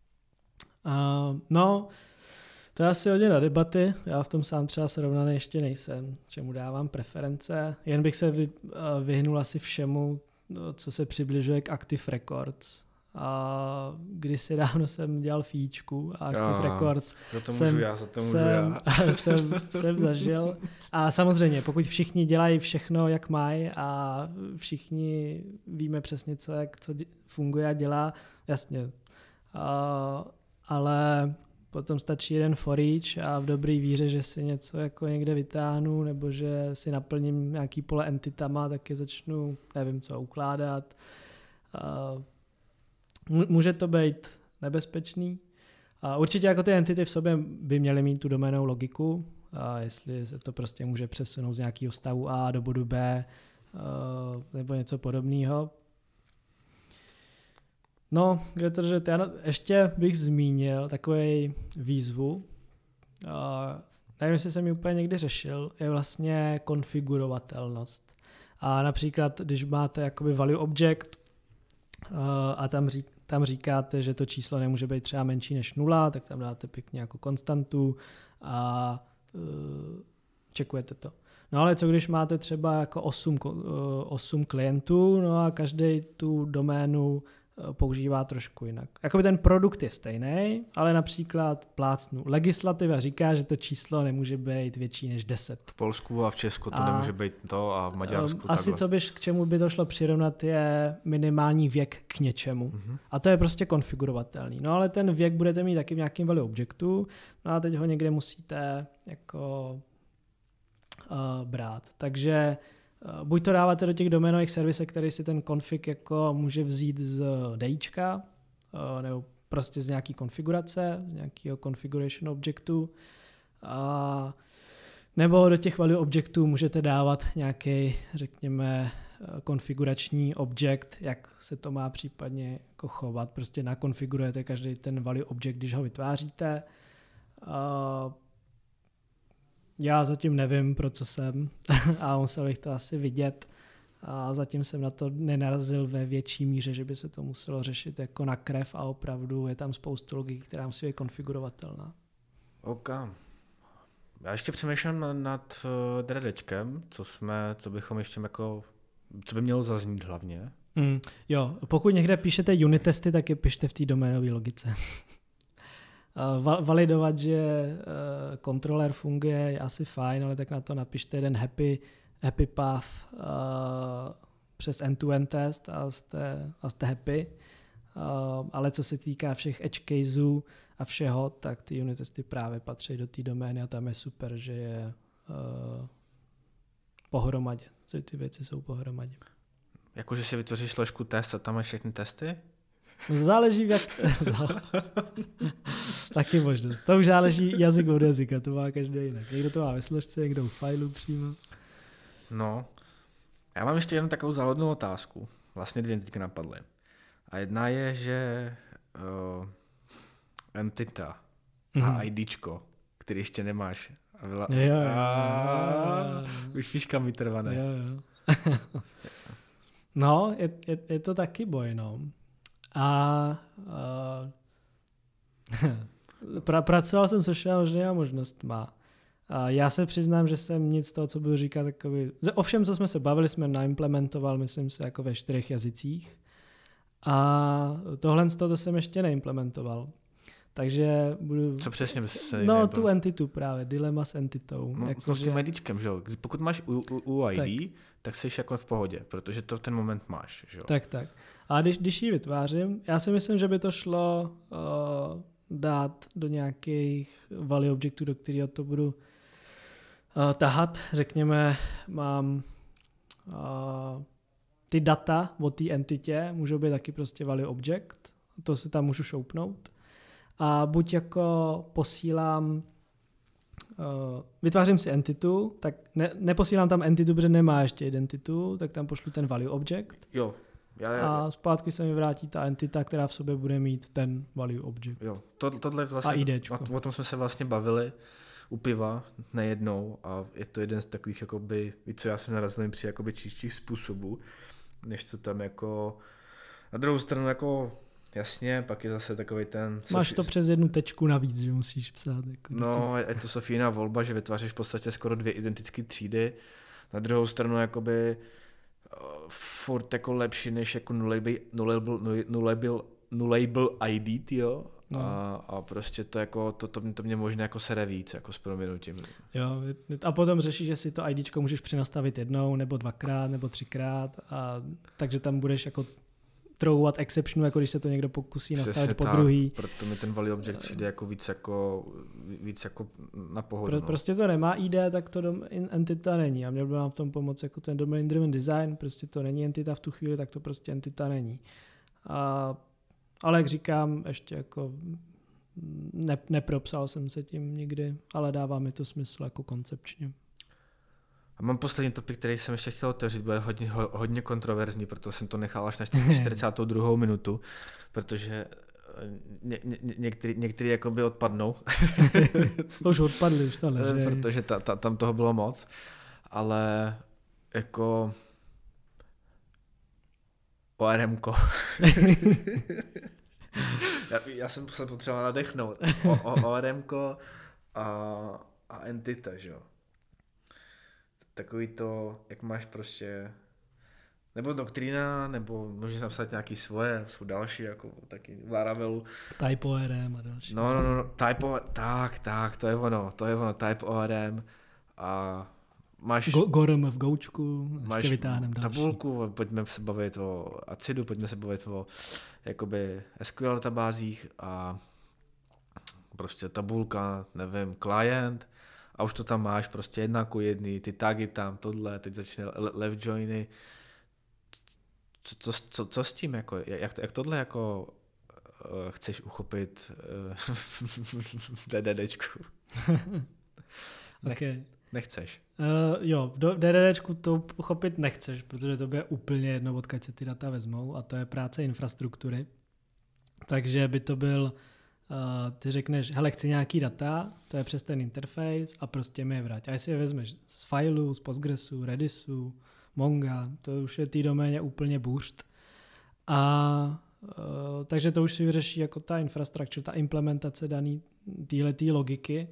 Uh, no, to je asi hodně na debaty. Já v tom sám třeba srovnaný ještě nejsem, čemu dávám preference. Jen bych se vy, uh, vyhnul asi všemu, co se přibližuje k Active Records. A kdysi dávno jsem dělal fíčku a Active a, Records za to jsem, můžu já, za to můžu jsem, já. jsem, jsem zažil. A samozřejmě, pokud všichni dělají všechno, jak mají a všichni víme přesně, co, jak, co funguje a dělá, jasně. A, ale potom stačí jeden for each a v dobrý víře, že si něco jako někde vytáhnu nebo že si naplním nějaký pole entitama, tak je začnu, nevím co, ukládat. A může to být nebezpečný. A určitě jako ty entity v sobě by měly mít tu doménou logiku, a jestli se to prostě může přesunout z nějakého stavu A do bodu B nebo něco podobného. No, kde to držet? Já ještě bych zmínil takový výzvu, uh, nevím, jestli jsem ji úplně někdy řešil, je vlastně konfigurovatelnost. A například, když máte jakoby value object uh, a tam, řík, tam říkáte, že to číslo nemůže být třeba menší než nula, tak tam dáte pěkně jako konstantu a uh, čekujete to. No ale co když máte třeba jako osm, uh, osm klientů, no a každý tu doménu používá trošku jinak. Jakoby ten produkt je stejný, ale například plácnu. Legislativa říká, že to číslo nemůže být větší než deset. V Polsku a v Česku to a, nemůže být to a v Maďarsku Asi takhle. Co byš, k čemu by to šlo přirovnat, je minimální věk k něčemu. Uh-huh. A to je prostě konfigurovatelný. No ale ten věk budete mít taky v nějakém value objectu, no a teď ho někde musíte jako uh, brát. Takže buď to dáváte do těch doménových servisů, který si ten config jako může vzít z DIčka, nebo prostě z nějaký konfigurace, z nějakého configuration objectu, a nebo do těch value objectů můžete dávat nějaký, řekněme, konfigurační objekt, jak se to má případně jako chovat. Prostě nakonfigurujete každý ten value object, když ho vytváříte. Já zatím nevím, pro co jsem a musel bych to asi vidět a zatím jsem na to nenarazil ve větší míře, že by se to muselo řešit jako na krev a opravdu je tam spoustu logiky, která musí být konfigurovatelná. OK. Já ještě přemýšlím nad uh, DRDčkem, co jsme, co bychom ještě jako, co by mělo zaznít hlavně. Mm, jo, pokud někde píšete unit testy, tak je pište v té doménové logice. Validovat, že kontroler funguje, je asi fajn, ale tak na to napište jeden happy, happy path uh, přes end-to-end test a jste, a jste happy. Uh, ale co se týká všech edge caseů a všeho, tak ty unit testy právě patří do té domény a tam je super, že je uh, pohromadě. Co ty věci jsou pohromadě. Jakože si vytvoříš složku test a tam máš všechny testy? No záleží jak... No. Taky možnost. To už záleží jazyk od jazyka, to má každý jinak. Někdo to má ve složce, někdo v failu přímo. No, já mám ještě jenom takovou záhodnou otázku. Vlastně dvě teďka napadly. A jedna je, že uh, entita mm. a IDčko, který ještě nemáš. A byla... jo, jo, jo. A, už víš, kam vytrvané. Jo, jo. No, je, je, je to taky boj, no. A uh, pra, pracoval jsem s všema možnostma. A já se přiznám, že jsem nic z toho, co budu říkat, takový... Ovšem, co jsme se bavili, jsme naimplementoval, myslím se, jako ve čtyřech jazycích. A tohle z toho to jsem ještě neimplementoval. Takže budu... Co přesně se No, tu entitu právě, dilema s entitou. No, jako no s tím že... IDčkem, že jo? Pokud máš U, U, U I D, tak. tak jsi jako v pohodě, protože to v ten moment máš, že jo? Tak, tak. A když, když ji vytvářím, já si myslím, že by to šlo uh, dát do nějakých value objektů, do kterého to budu uh, tahat. Řekněme, mám uh, ty data o té entitě, můžou být taky prostě value object, to si tam můžu šoupnout. A buď jako posílám, uh, vytvářím si entitu, tak ne, neposílám tam entitu, protože nemá ještě identitu, tak tam pošlu ten value object. Jo. Já, já, a zpátky se mi vrátí ta entita, která v sobě bude mít ten value object. Jo, to, tohle vlastně, a IDčko. O, o tom jsme se vlastně bavili u piva nejednou a je to jeden z takových, jakoby, co já jsem narazil při jakoby čistších způsobů, než co tam jako, na druhou stranu jako jasně, pak je zase takový ten... Máš Sofi... to přes jednu tečku navíc, že musíš psát. Jako no, je to Sofína volba, že vytváříš v podstatě skoro dvě identické třídy. Na druhou stranu jakoby uh, furt jako lepší než jako nullable, nullable, nullable, nullable I D, tyjo. No. A, a prostě to jako, to, to, to mě možná jako sere víc, jako s prominutím. Jo, a potom řešíš, že si to IDčko můžeš přenastavit jednou, nebo dvakrát, nebo třikrát, a takže tam budeš jako trouvat exceptionu, jako když se to někdo pokusí nastavit po druhý. Proto mi ten value object přijde jako víc jako, víc jako na pohodu. Pro, no. Prostě to nemá I D, tak to dom, entita není. A měl by nám v tom pomoct jako ten domain driven design, prostě to není entita v tu chvíli, tak to prostě entita není. A, ale jak říkám, ještě jako ne, nepropsal jsem se tím nikdy, ale dává mi to smysl jako koncepčně. A mám poslední topik, který jsem ještě chtěl otevřít, bude hodně, ho, hodně kontroverzní, proto jsem to nechal až na čtyřicátou druhou minutu, protože ně, ně, některý, některý jakoby odpadnou. Už odpadli, už to leží. Protože ta, ta, tam toho bylo moc, ale jako ORMko. já, já jsem se potřeboval nadechnout. O, o, ORMko a, a entita, že jo. Takový to, jak máš prostě, nebo doktrína, nebo můžeš napsat nějaký svoje, jsou další, jako taky Laravelu. Type O R M a další. No, no, no, type O R M, tak, tak, to je ono, to je ono, Type O R M a máš... Go, Gorm v Goučku, ještě vytáhneme další. Tabulku, pojďme se bavit o acidu, pojďme se bavit o jakoby S Q L databázích a prostě tabulka, nevím, client, a už to tam máš prostě jedna ku jedný, ty tagy tam, tohle, teď začne left joiny. Co, co, co, co s tím, jako, jak, jak tohle jako uh, chceš uchopit uh, v DDDčku? Nech, okay. Nechceš? Uh, jo, v DDDčku to uchopit nechceš, protože to bude úplně jedno, odkud se ty data vezmou, a to je práce infrastruktury. Takže by to byl Uh, ty řekneš, hele, chci nějaký data, to je přes ten interface a prostě mi je vrať. A jestli je vezmeš z fileu, z Postgresu, Redisu, Monga, to už je té doméně úplně boost. A uh, takže to už si vyřeší jako ta infrastruktura, ta implementace daný téhletý logiky.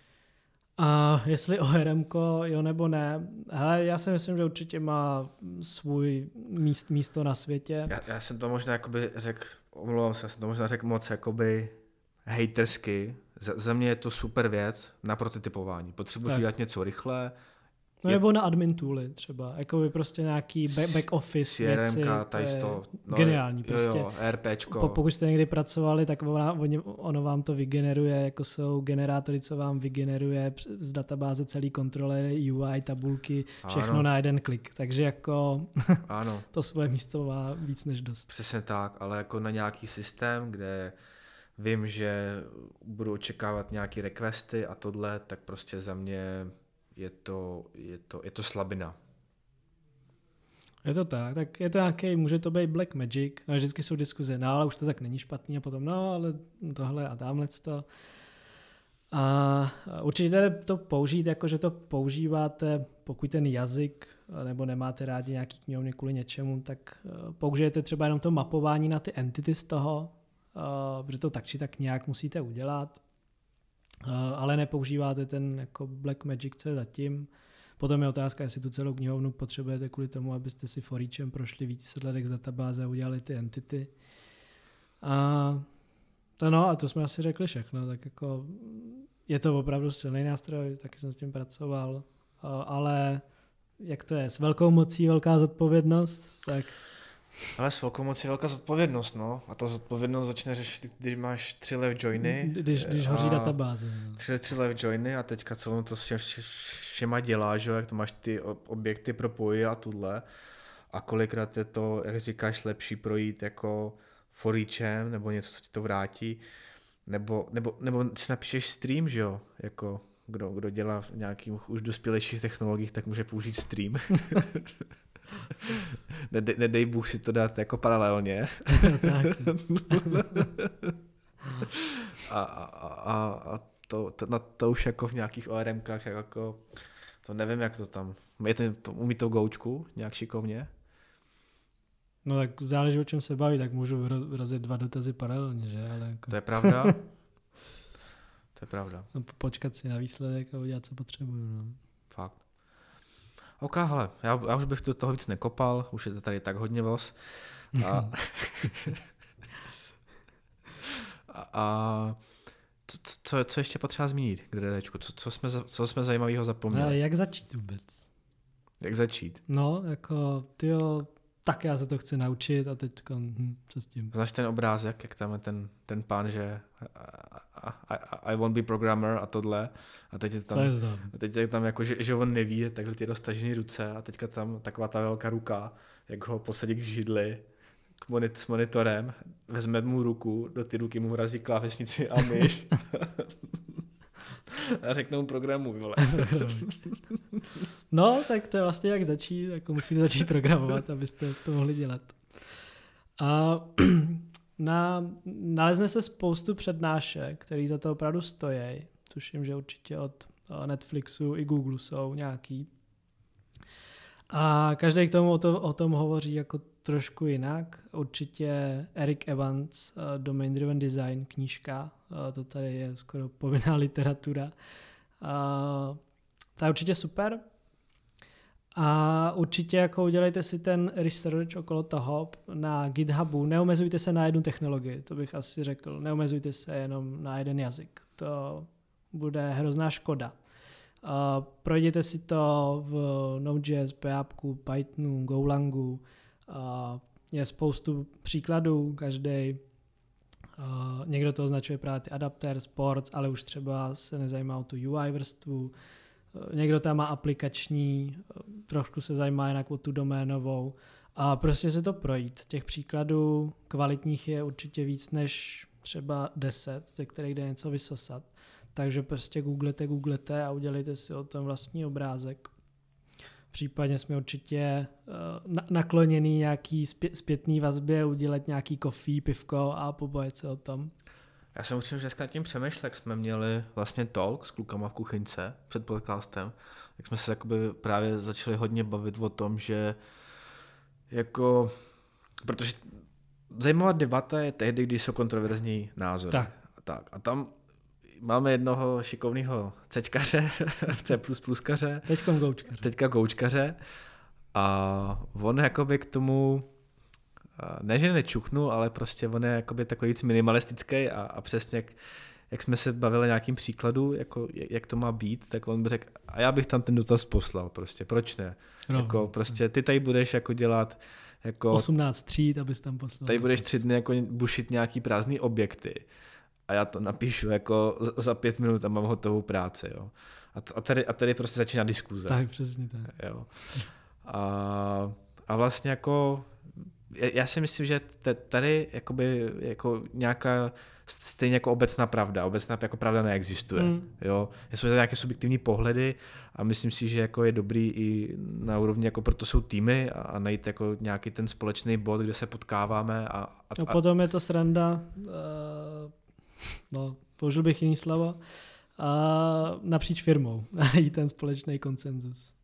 A jestli ORMko, jo nebo ne, hele, já si myslím, že určitě má svůj míst, místo na světě. Já, já jsem to možná jakoby řekl, omlouvám se, já jsem to možná řekl moc jakoby hejtersky. Za, za mě je to super věc na prototypování. Potřebuji dělat něco rychle. No je... nebo na admin tooly třeba, jako by prostě nějaký back office věci. Tajisto, no, geniální prostě. Jo, jo, RPčko. Po, pokud jste někdy pracovali, tak ona, ono vám to vygeneruje, jako jsou generátory, co vám vygeneruje z databáze celý kontrolery, U I, tabulky, všechno ano. na jeden klik. Takže jako ano. to svoje místo má víc než dost. Přesně tak, ale jako na nějaký systém, kde vím, že budu očekávat nějaký requesty a tohle, tak prostě za mě je to, je to, je to slabina. Je to tak, tak je to nějaký, může to být black magic, a vždycky jsou diskuze, no ale už to tak není špatný a potom, no ale tohle a tamhle to. A určitě tedy to použít, jako že to používáte, pokud ten jazyk nebo nemáte rádi nějaký knihovny kvůli něčemu, tak použijete třeba jenom to mapování na ty entity z toho, protože to tak či tak nějak musíte udělat, ale nepoužíváte ten jako Black Magic, co je zatím. Potom je otázka, jestli tu celou knihovnu potřebujete kvůli tomu, abyste si for eachem prošli výsledek z databáze a udělali ty entity. A to no, a to jsme asi řekli všechno, tak jako je to opravdu silný nástroj, taky jsem s tím pracoval, ale jak to je, s velkou mocí velká zodpovědnost, tak... Ale s velkou mocí velká zodpovědnost, no. A ta zodpovědnost začne řešit, když máš tři live joiny. Když, když hoří databáze. No. Tři, tři live joiny a teďka co ono to všem, všema dělá, že jak to máš ty objekty propojí a tohle. A kolikrát je to, jak říkáš, lepší projít jako for eachem, nebo něco, co ti to vrátí. Nebo, nebo, nebo si napíšeš stream, že jo, jako kdo, kdo dělá v nějakých už dospělejších technologiích, tak může použít stream. Nedej, nedej Bůh si to dát jako paralelně. a, a, a, a to, to, na to už jako v nějakých O R Mkách, jako, to nevím, jak to tam, je to, umí to goučku nějak šikovně? No tak záleží, o čem se baví, tak můžu rozjet dva dotazy paralelně, že? Ale jako... To je pravda. To je pravda. No, počkat si na výsledek a udělat, co potřebuju. No. Fakt. OK, hele, já, já už bych do toho víc nekopal, už je to tady tak hodně voz. A, a, a co, co, co ještě potřeba zmínit k DDčku? Co, co, jsme, co jsme zajímavého zapomněli? Ale jak začít vůbec? Jak začít? No, jako, tyjo, tak já se to chci naučit a teď hm, co s tím? Znáš ten obrázek, jak tam je ten, ten pán, že I, I, I won't be programmer a tohle a teď je tam, je tam? teď je tam jako, že, že on neví, takhle ty roztažené ruce a teďka tam taková ta velká ruka, jak ho posadí k židli k monit, s monitorem, vezme mu ruku, do ty ruky mu vrazí klávesnici a myš a řekne mu programu, vole. No, tak to je vlastně jak začít, jako musíte začít programovat, abyste to mohli dělat. A na, nalezne se spoustu přednášek, který za to opravdu stojí. Tuším, že určitě od Netflixu i Google jsou nějaký. A každý k tomu o, to, o tom hovoří jako trošku jinak. Určitě Eric Evans, Domain Driven Design, knížka, to tady je skoro povinná literatura. To je určitě super. A určitě jako udělejte si ten research okolo toho na GitHubu. Neomezujte se na jednu technologii, to bych asi řekl. Neomezujte se jenom na jeden jazyk. To bude hrozná škoda. Uh, projděte si to v Node.js, P H P, Pythonu, Golangu. Uh, je spoustu příkladů, každý. Uh, někdo to označuje právě ty adapter, sports, ale už třeba se nezajímá o tu U I vrstvu. Uh, někdo tam má aplikační, uh, trošku se zajímá jinak o tu doménovou. A prostě se to projít. Těch příkladů kvalitních je určitě víc než třeba deset, ze kterých jde něco vysosat. Takže prostě googlete, googlete a udělejte si o tom vlastní obrázek. Případně jsme určitě uh, nakloněný nějaký zpě- zpětný vazbě, udělat nějaký kofí, pivko a pobavit se o tom. Já jsem určitě dneska nad tím přemýšlel, jak jsme měli vlastně talk s klukama v kuchyňce před podcastem, jak jsme se jakoby právě začali hodně bavit o tom, že jako, protože zajímavá debata je tehdy, když jsou kontroverzní názory. Tak. tak. A tam máme jednoho šikovného Cčkaře, C plus plus kaře. Teďka goučkaře. Teďka goučkaře. A on jakoby k tomu, ne že nečuchnul, ale prostě on je jakoby takový víc minimalistický a, a přesně jak, jak jsme se bavili nějakým příkladu, jako, jak to má být, tak on by řekl, a já bych tam ten dotaz poslal prostě, proč ne? Jako prostě ty tady budeš jako dělat jako osmnáct tříd, abys tam poslal. Tady budeš tři dny jako bušit nějaký prázdný objekty. A já to napíšu jako za pět minut a mám hotovou práci. Jo. A tady, a tady prostě začíná diskuze. Tak, přesně tak. Jo. A, a vlastně jako, já si myslím, že tady jakoby, jako nějaká stejně jako obecná pravda. Obecná jako pravda neexistuje. Mm. Jo. Jsou to nějaké subjektivní pohledy a myslím si, že jako je dobrý i na úrovni, jako proto jsou týmy a, a najít jako nějaký ten společný bod, kde se potkáváme. A, a, a potom je to sranda, uh, no, použil bych jiný slovo, a napříč firmou najít ten společný konsenzus.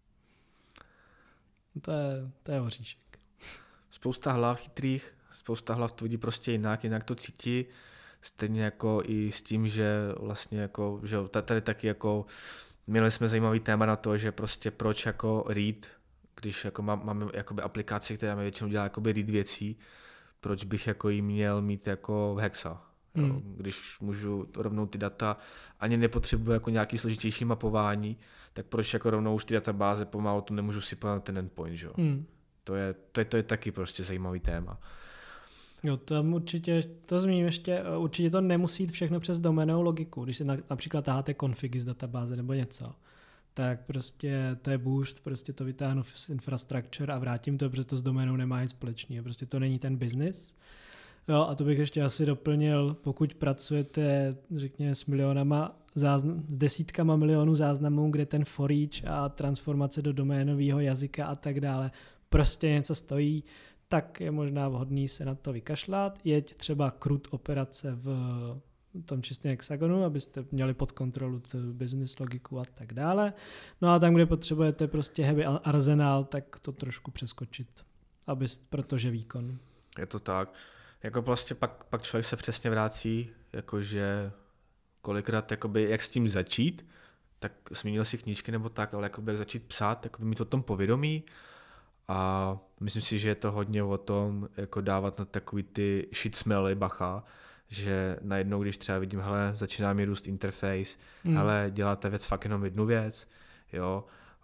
To je, to je oříšek. Spousta hlav chytrých, spousta hlav to vidí prostě jinak, jinak to cítí, stejně jako i s tím, že vlastně jako, že tady taky jako měli jsme zajímavý téma na to, že prostě proč jako read, když jako má, máme jakoby aplikaci, která mi většinou dělá jakoby read věcí, proč bych jako jí měl mít jako v Hexa. Hmm. Jo, když můžu rovnou ty data, ani nepotřebuji jako nějaký složitější mapování, tak proč jako rovnou už ty databáze pomalu tu nemůžu sypat na ten endpoint, jo. Hmm. To, je, to, je, to je taky prostě zajímavý téma. Jo, tam určitě, to zmíním ještě, určitě to nemusí jít všechno přes doménovou logiku. Když si například taháte konfigy z databáze nebo něco, tak prostě to je boost, prostě to vytáhnu z infrastructure a vrátím to, protože to s doménou nemá nic společného. Prostě to není ten business. Jo, a to bych ještě asi doplnil, pokud pracujete, řekněme, s milionama záznam, s desítkama milionů záznamů, kde ten for each a transformace do doménového jazyka a tak dále prostě něco stojí, tak je možná vhodný se na to vykašlat. Jeď třeba krut operace v tom čistém hexagonu, abyste měli pod kontrolu business logiku a tak dále. No a tam, kde potřebujete prostě heavy arzenál, tak to trošku přeskočit, aby, protože výkon. Je to tak. Jako prostě pak, pak člověk se přesně vrací, jakože kolikrát, jakoby, jak s tím začít, tak zmínil si knížky nebo tak, ale jakoby, jak začít psát, jakoby mít o tom povědomí a myslím si, že je to hodně o tom, jako dávat na takový ty shit smelly bacha, že najednou, když třeba vidím, hele, začíná mi růst interface, mm. hele, děláte věc fakt jenom jednu věc, jo,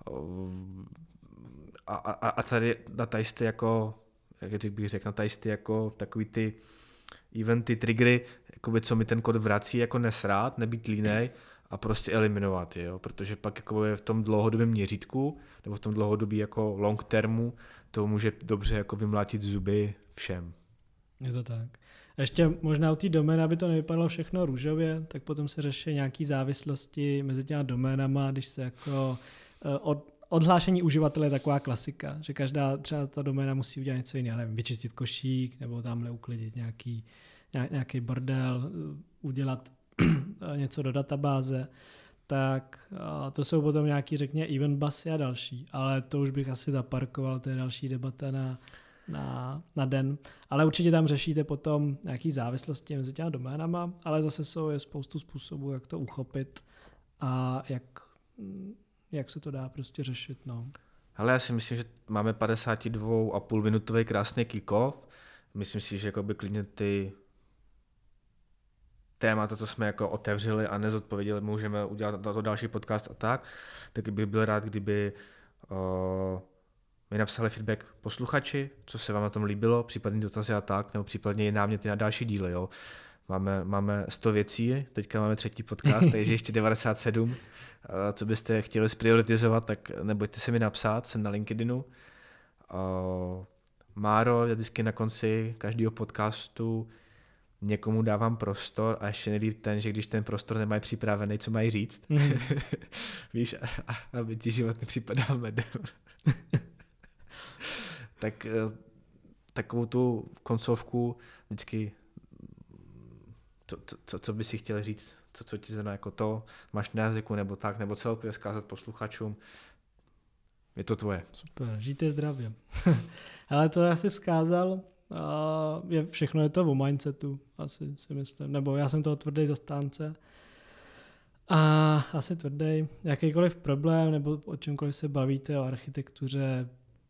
a, a, a tady na tady jste jako, jak bych řekl, na tady jste jako takový ty eventy, triggery, jakoby, co mi ten kód vrací, jako nesrát, nebýt línej a prostě eliminovat, jo, protože pak jako je v tom dlouhodobém měřítku, nebo v tom dlouhodobí jako long termu, to může dobře jako vymlátit zuby všem. Je to tak. A ještě možná u té domény, aby to nevypadalo všechno růžově, tak potom se řeší nějaké závislosti mezi těma doménama, když se jako od, odhlášení uživatele je taková klasika, že každá třeba ta doména musí udělat něco jiného, nevím, vyčistit košík, nebo tamhle uklidit nějaký, nějaký bordel, udělat něco do databáze, tak to jsou potom nějaký, řekně, event busy a další, ale to už bych asi zaparkoval, to je další debata na, na, na den. Ale určitě tam řešíte potom nějaký závislosti mezi těma doménama, ale zase jsou je spoustu způsobů, jak to uchopit a jak, jak se to dá prostě řešit. No. Hele, já si myslím, že máme padesát dva a půl minutový krásný kick-off. Myslím si, že by klidně ty témata, co jsme jako otevřeli a nezodpověděli, můžeme udělat na to další podcast a tak, tak bych byl rád, kdyby uh, mi napsali feedback posluchači, co se vám na tom líbilo, případně dotazy a tak, nebo případně i náměty na další díly. Jo. Máme, máme sto věcí, teďka máme třetí podcast, takže ještě devadesát sedm. Uh, co byste chtěli sprioritizovat, tak nebojte se mi napsat, jsem na LinkedInu. Uh, Máro, já vždycky na konci každého podcastu někomu dávám prostor a ještě nejlíp ten, že když ten prostor nemají připravený, co mají říct. Mm. Víš, aby ti život nepřipadal medem. Tak takovou tu koncovku vždycky, co, co, co by si chtěl říct, co, co ti znamená jako to, máš na jazyku nebo tak, nebo celkově vzkázat posluchačům, je to tvoje. Super, žijte zdravě. Ale to já si vzkázal, a je, všechno je to o mindsetu, asi si myslím, nebo já jsem toho tvrdý zastánce a asi tvrdý, jakýkoliv problém nebo o čemkoliv se bavíte, o architektuře,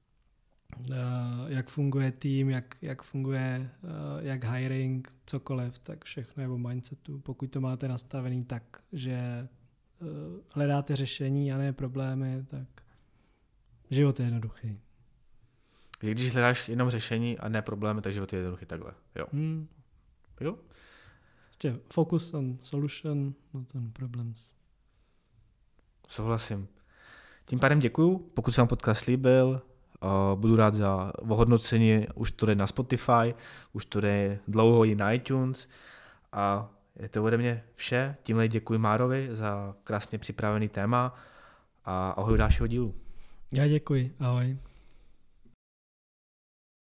jak funguje tým, jak, jak funguje, jak hiring, cokoliv, tak všechno je o mindsetu. Pokud to máte nastavený tak, že hledáte řešení a ne problémy, tak život je jednoduchý. Když hledáš jenom řešení a ne problémy, tak život je jednoduchý takhle. Jo. Hmm. Jo? Ještě focus on solution, not on problems. Souhlasím. Tím pádem děkuju, pokud se vám podcast líbil, uh, budu rád za ohodnocení, už to jde na Spotify, už to jde dlouho i na iTunes a je to ode mě vše. Tímhle děkuji Márovi za krásně připravený téma a ahoj dalšího dílu. Já děkuji, ahoj.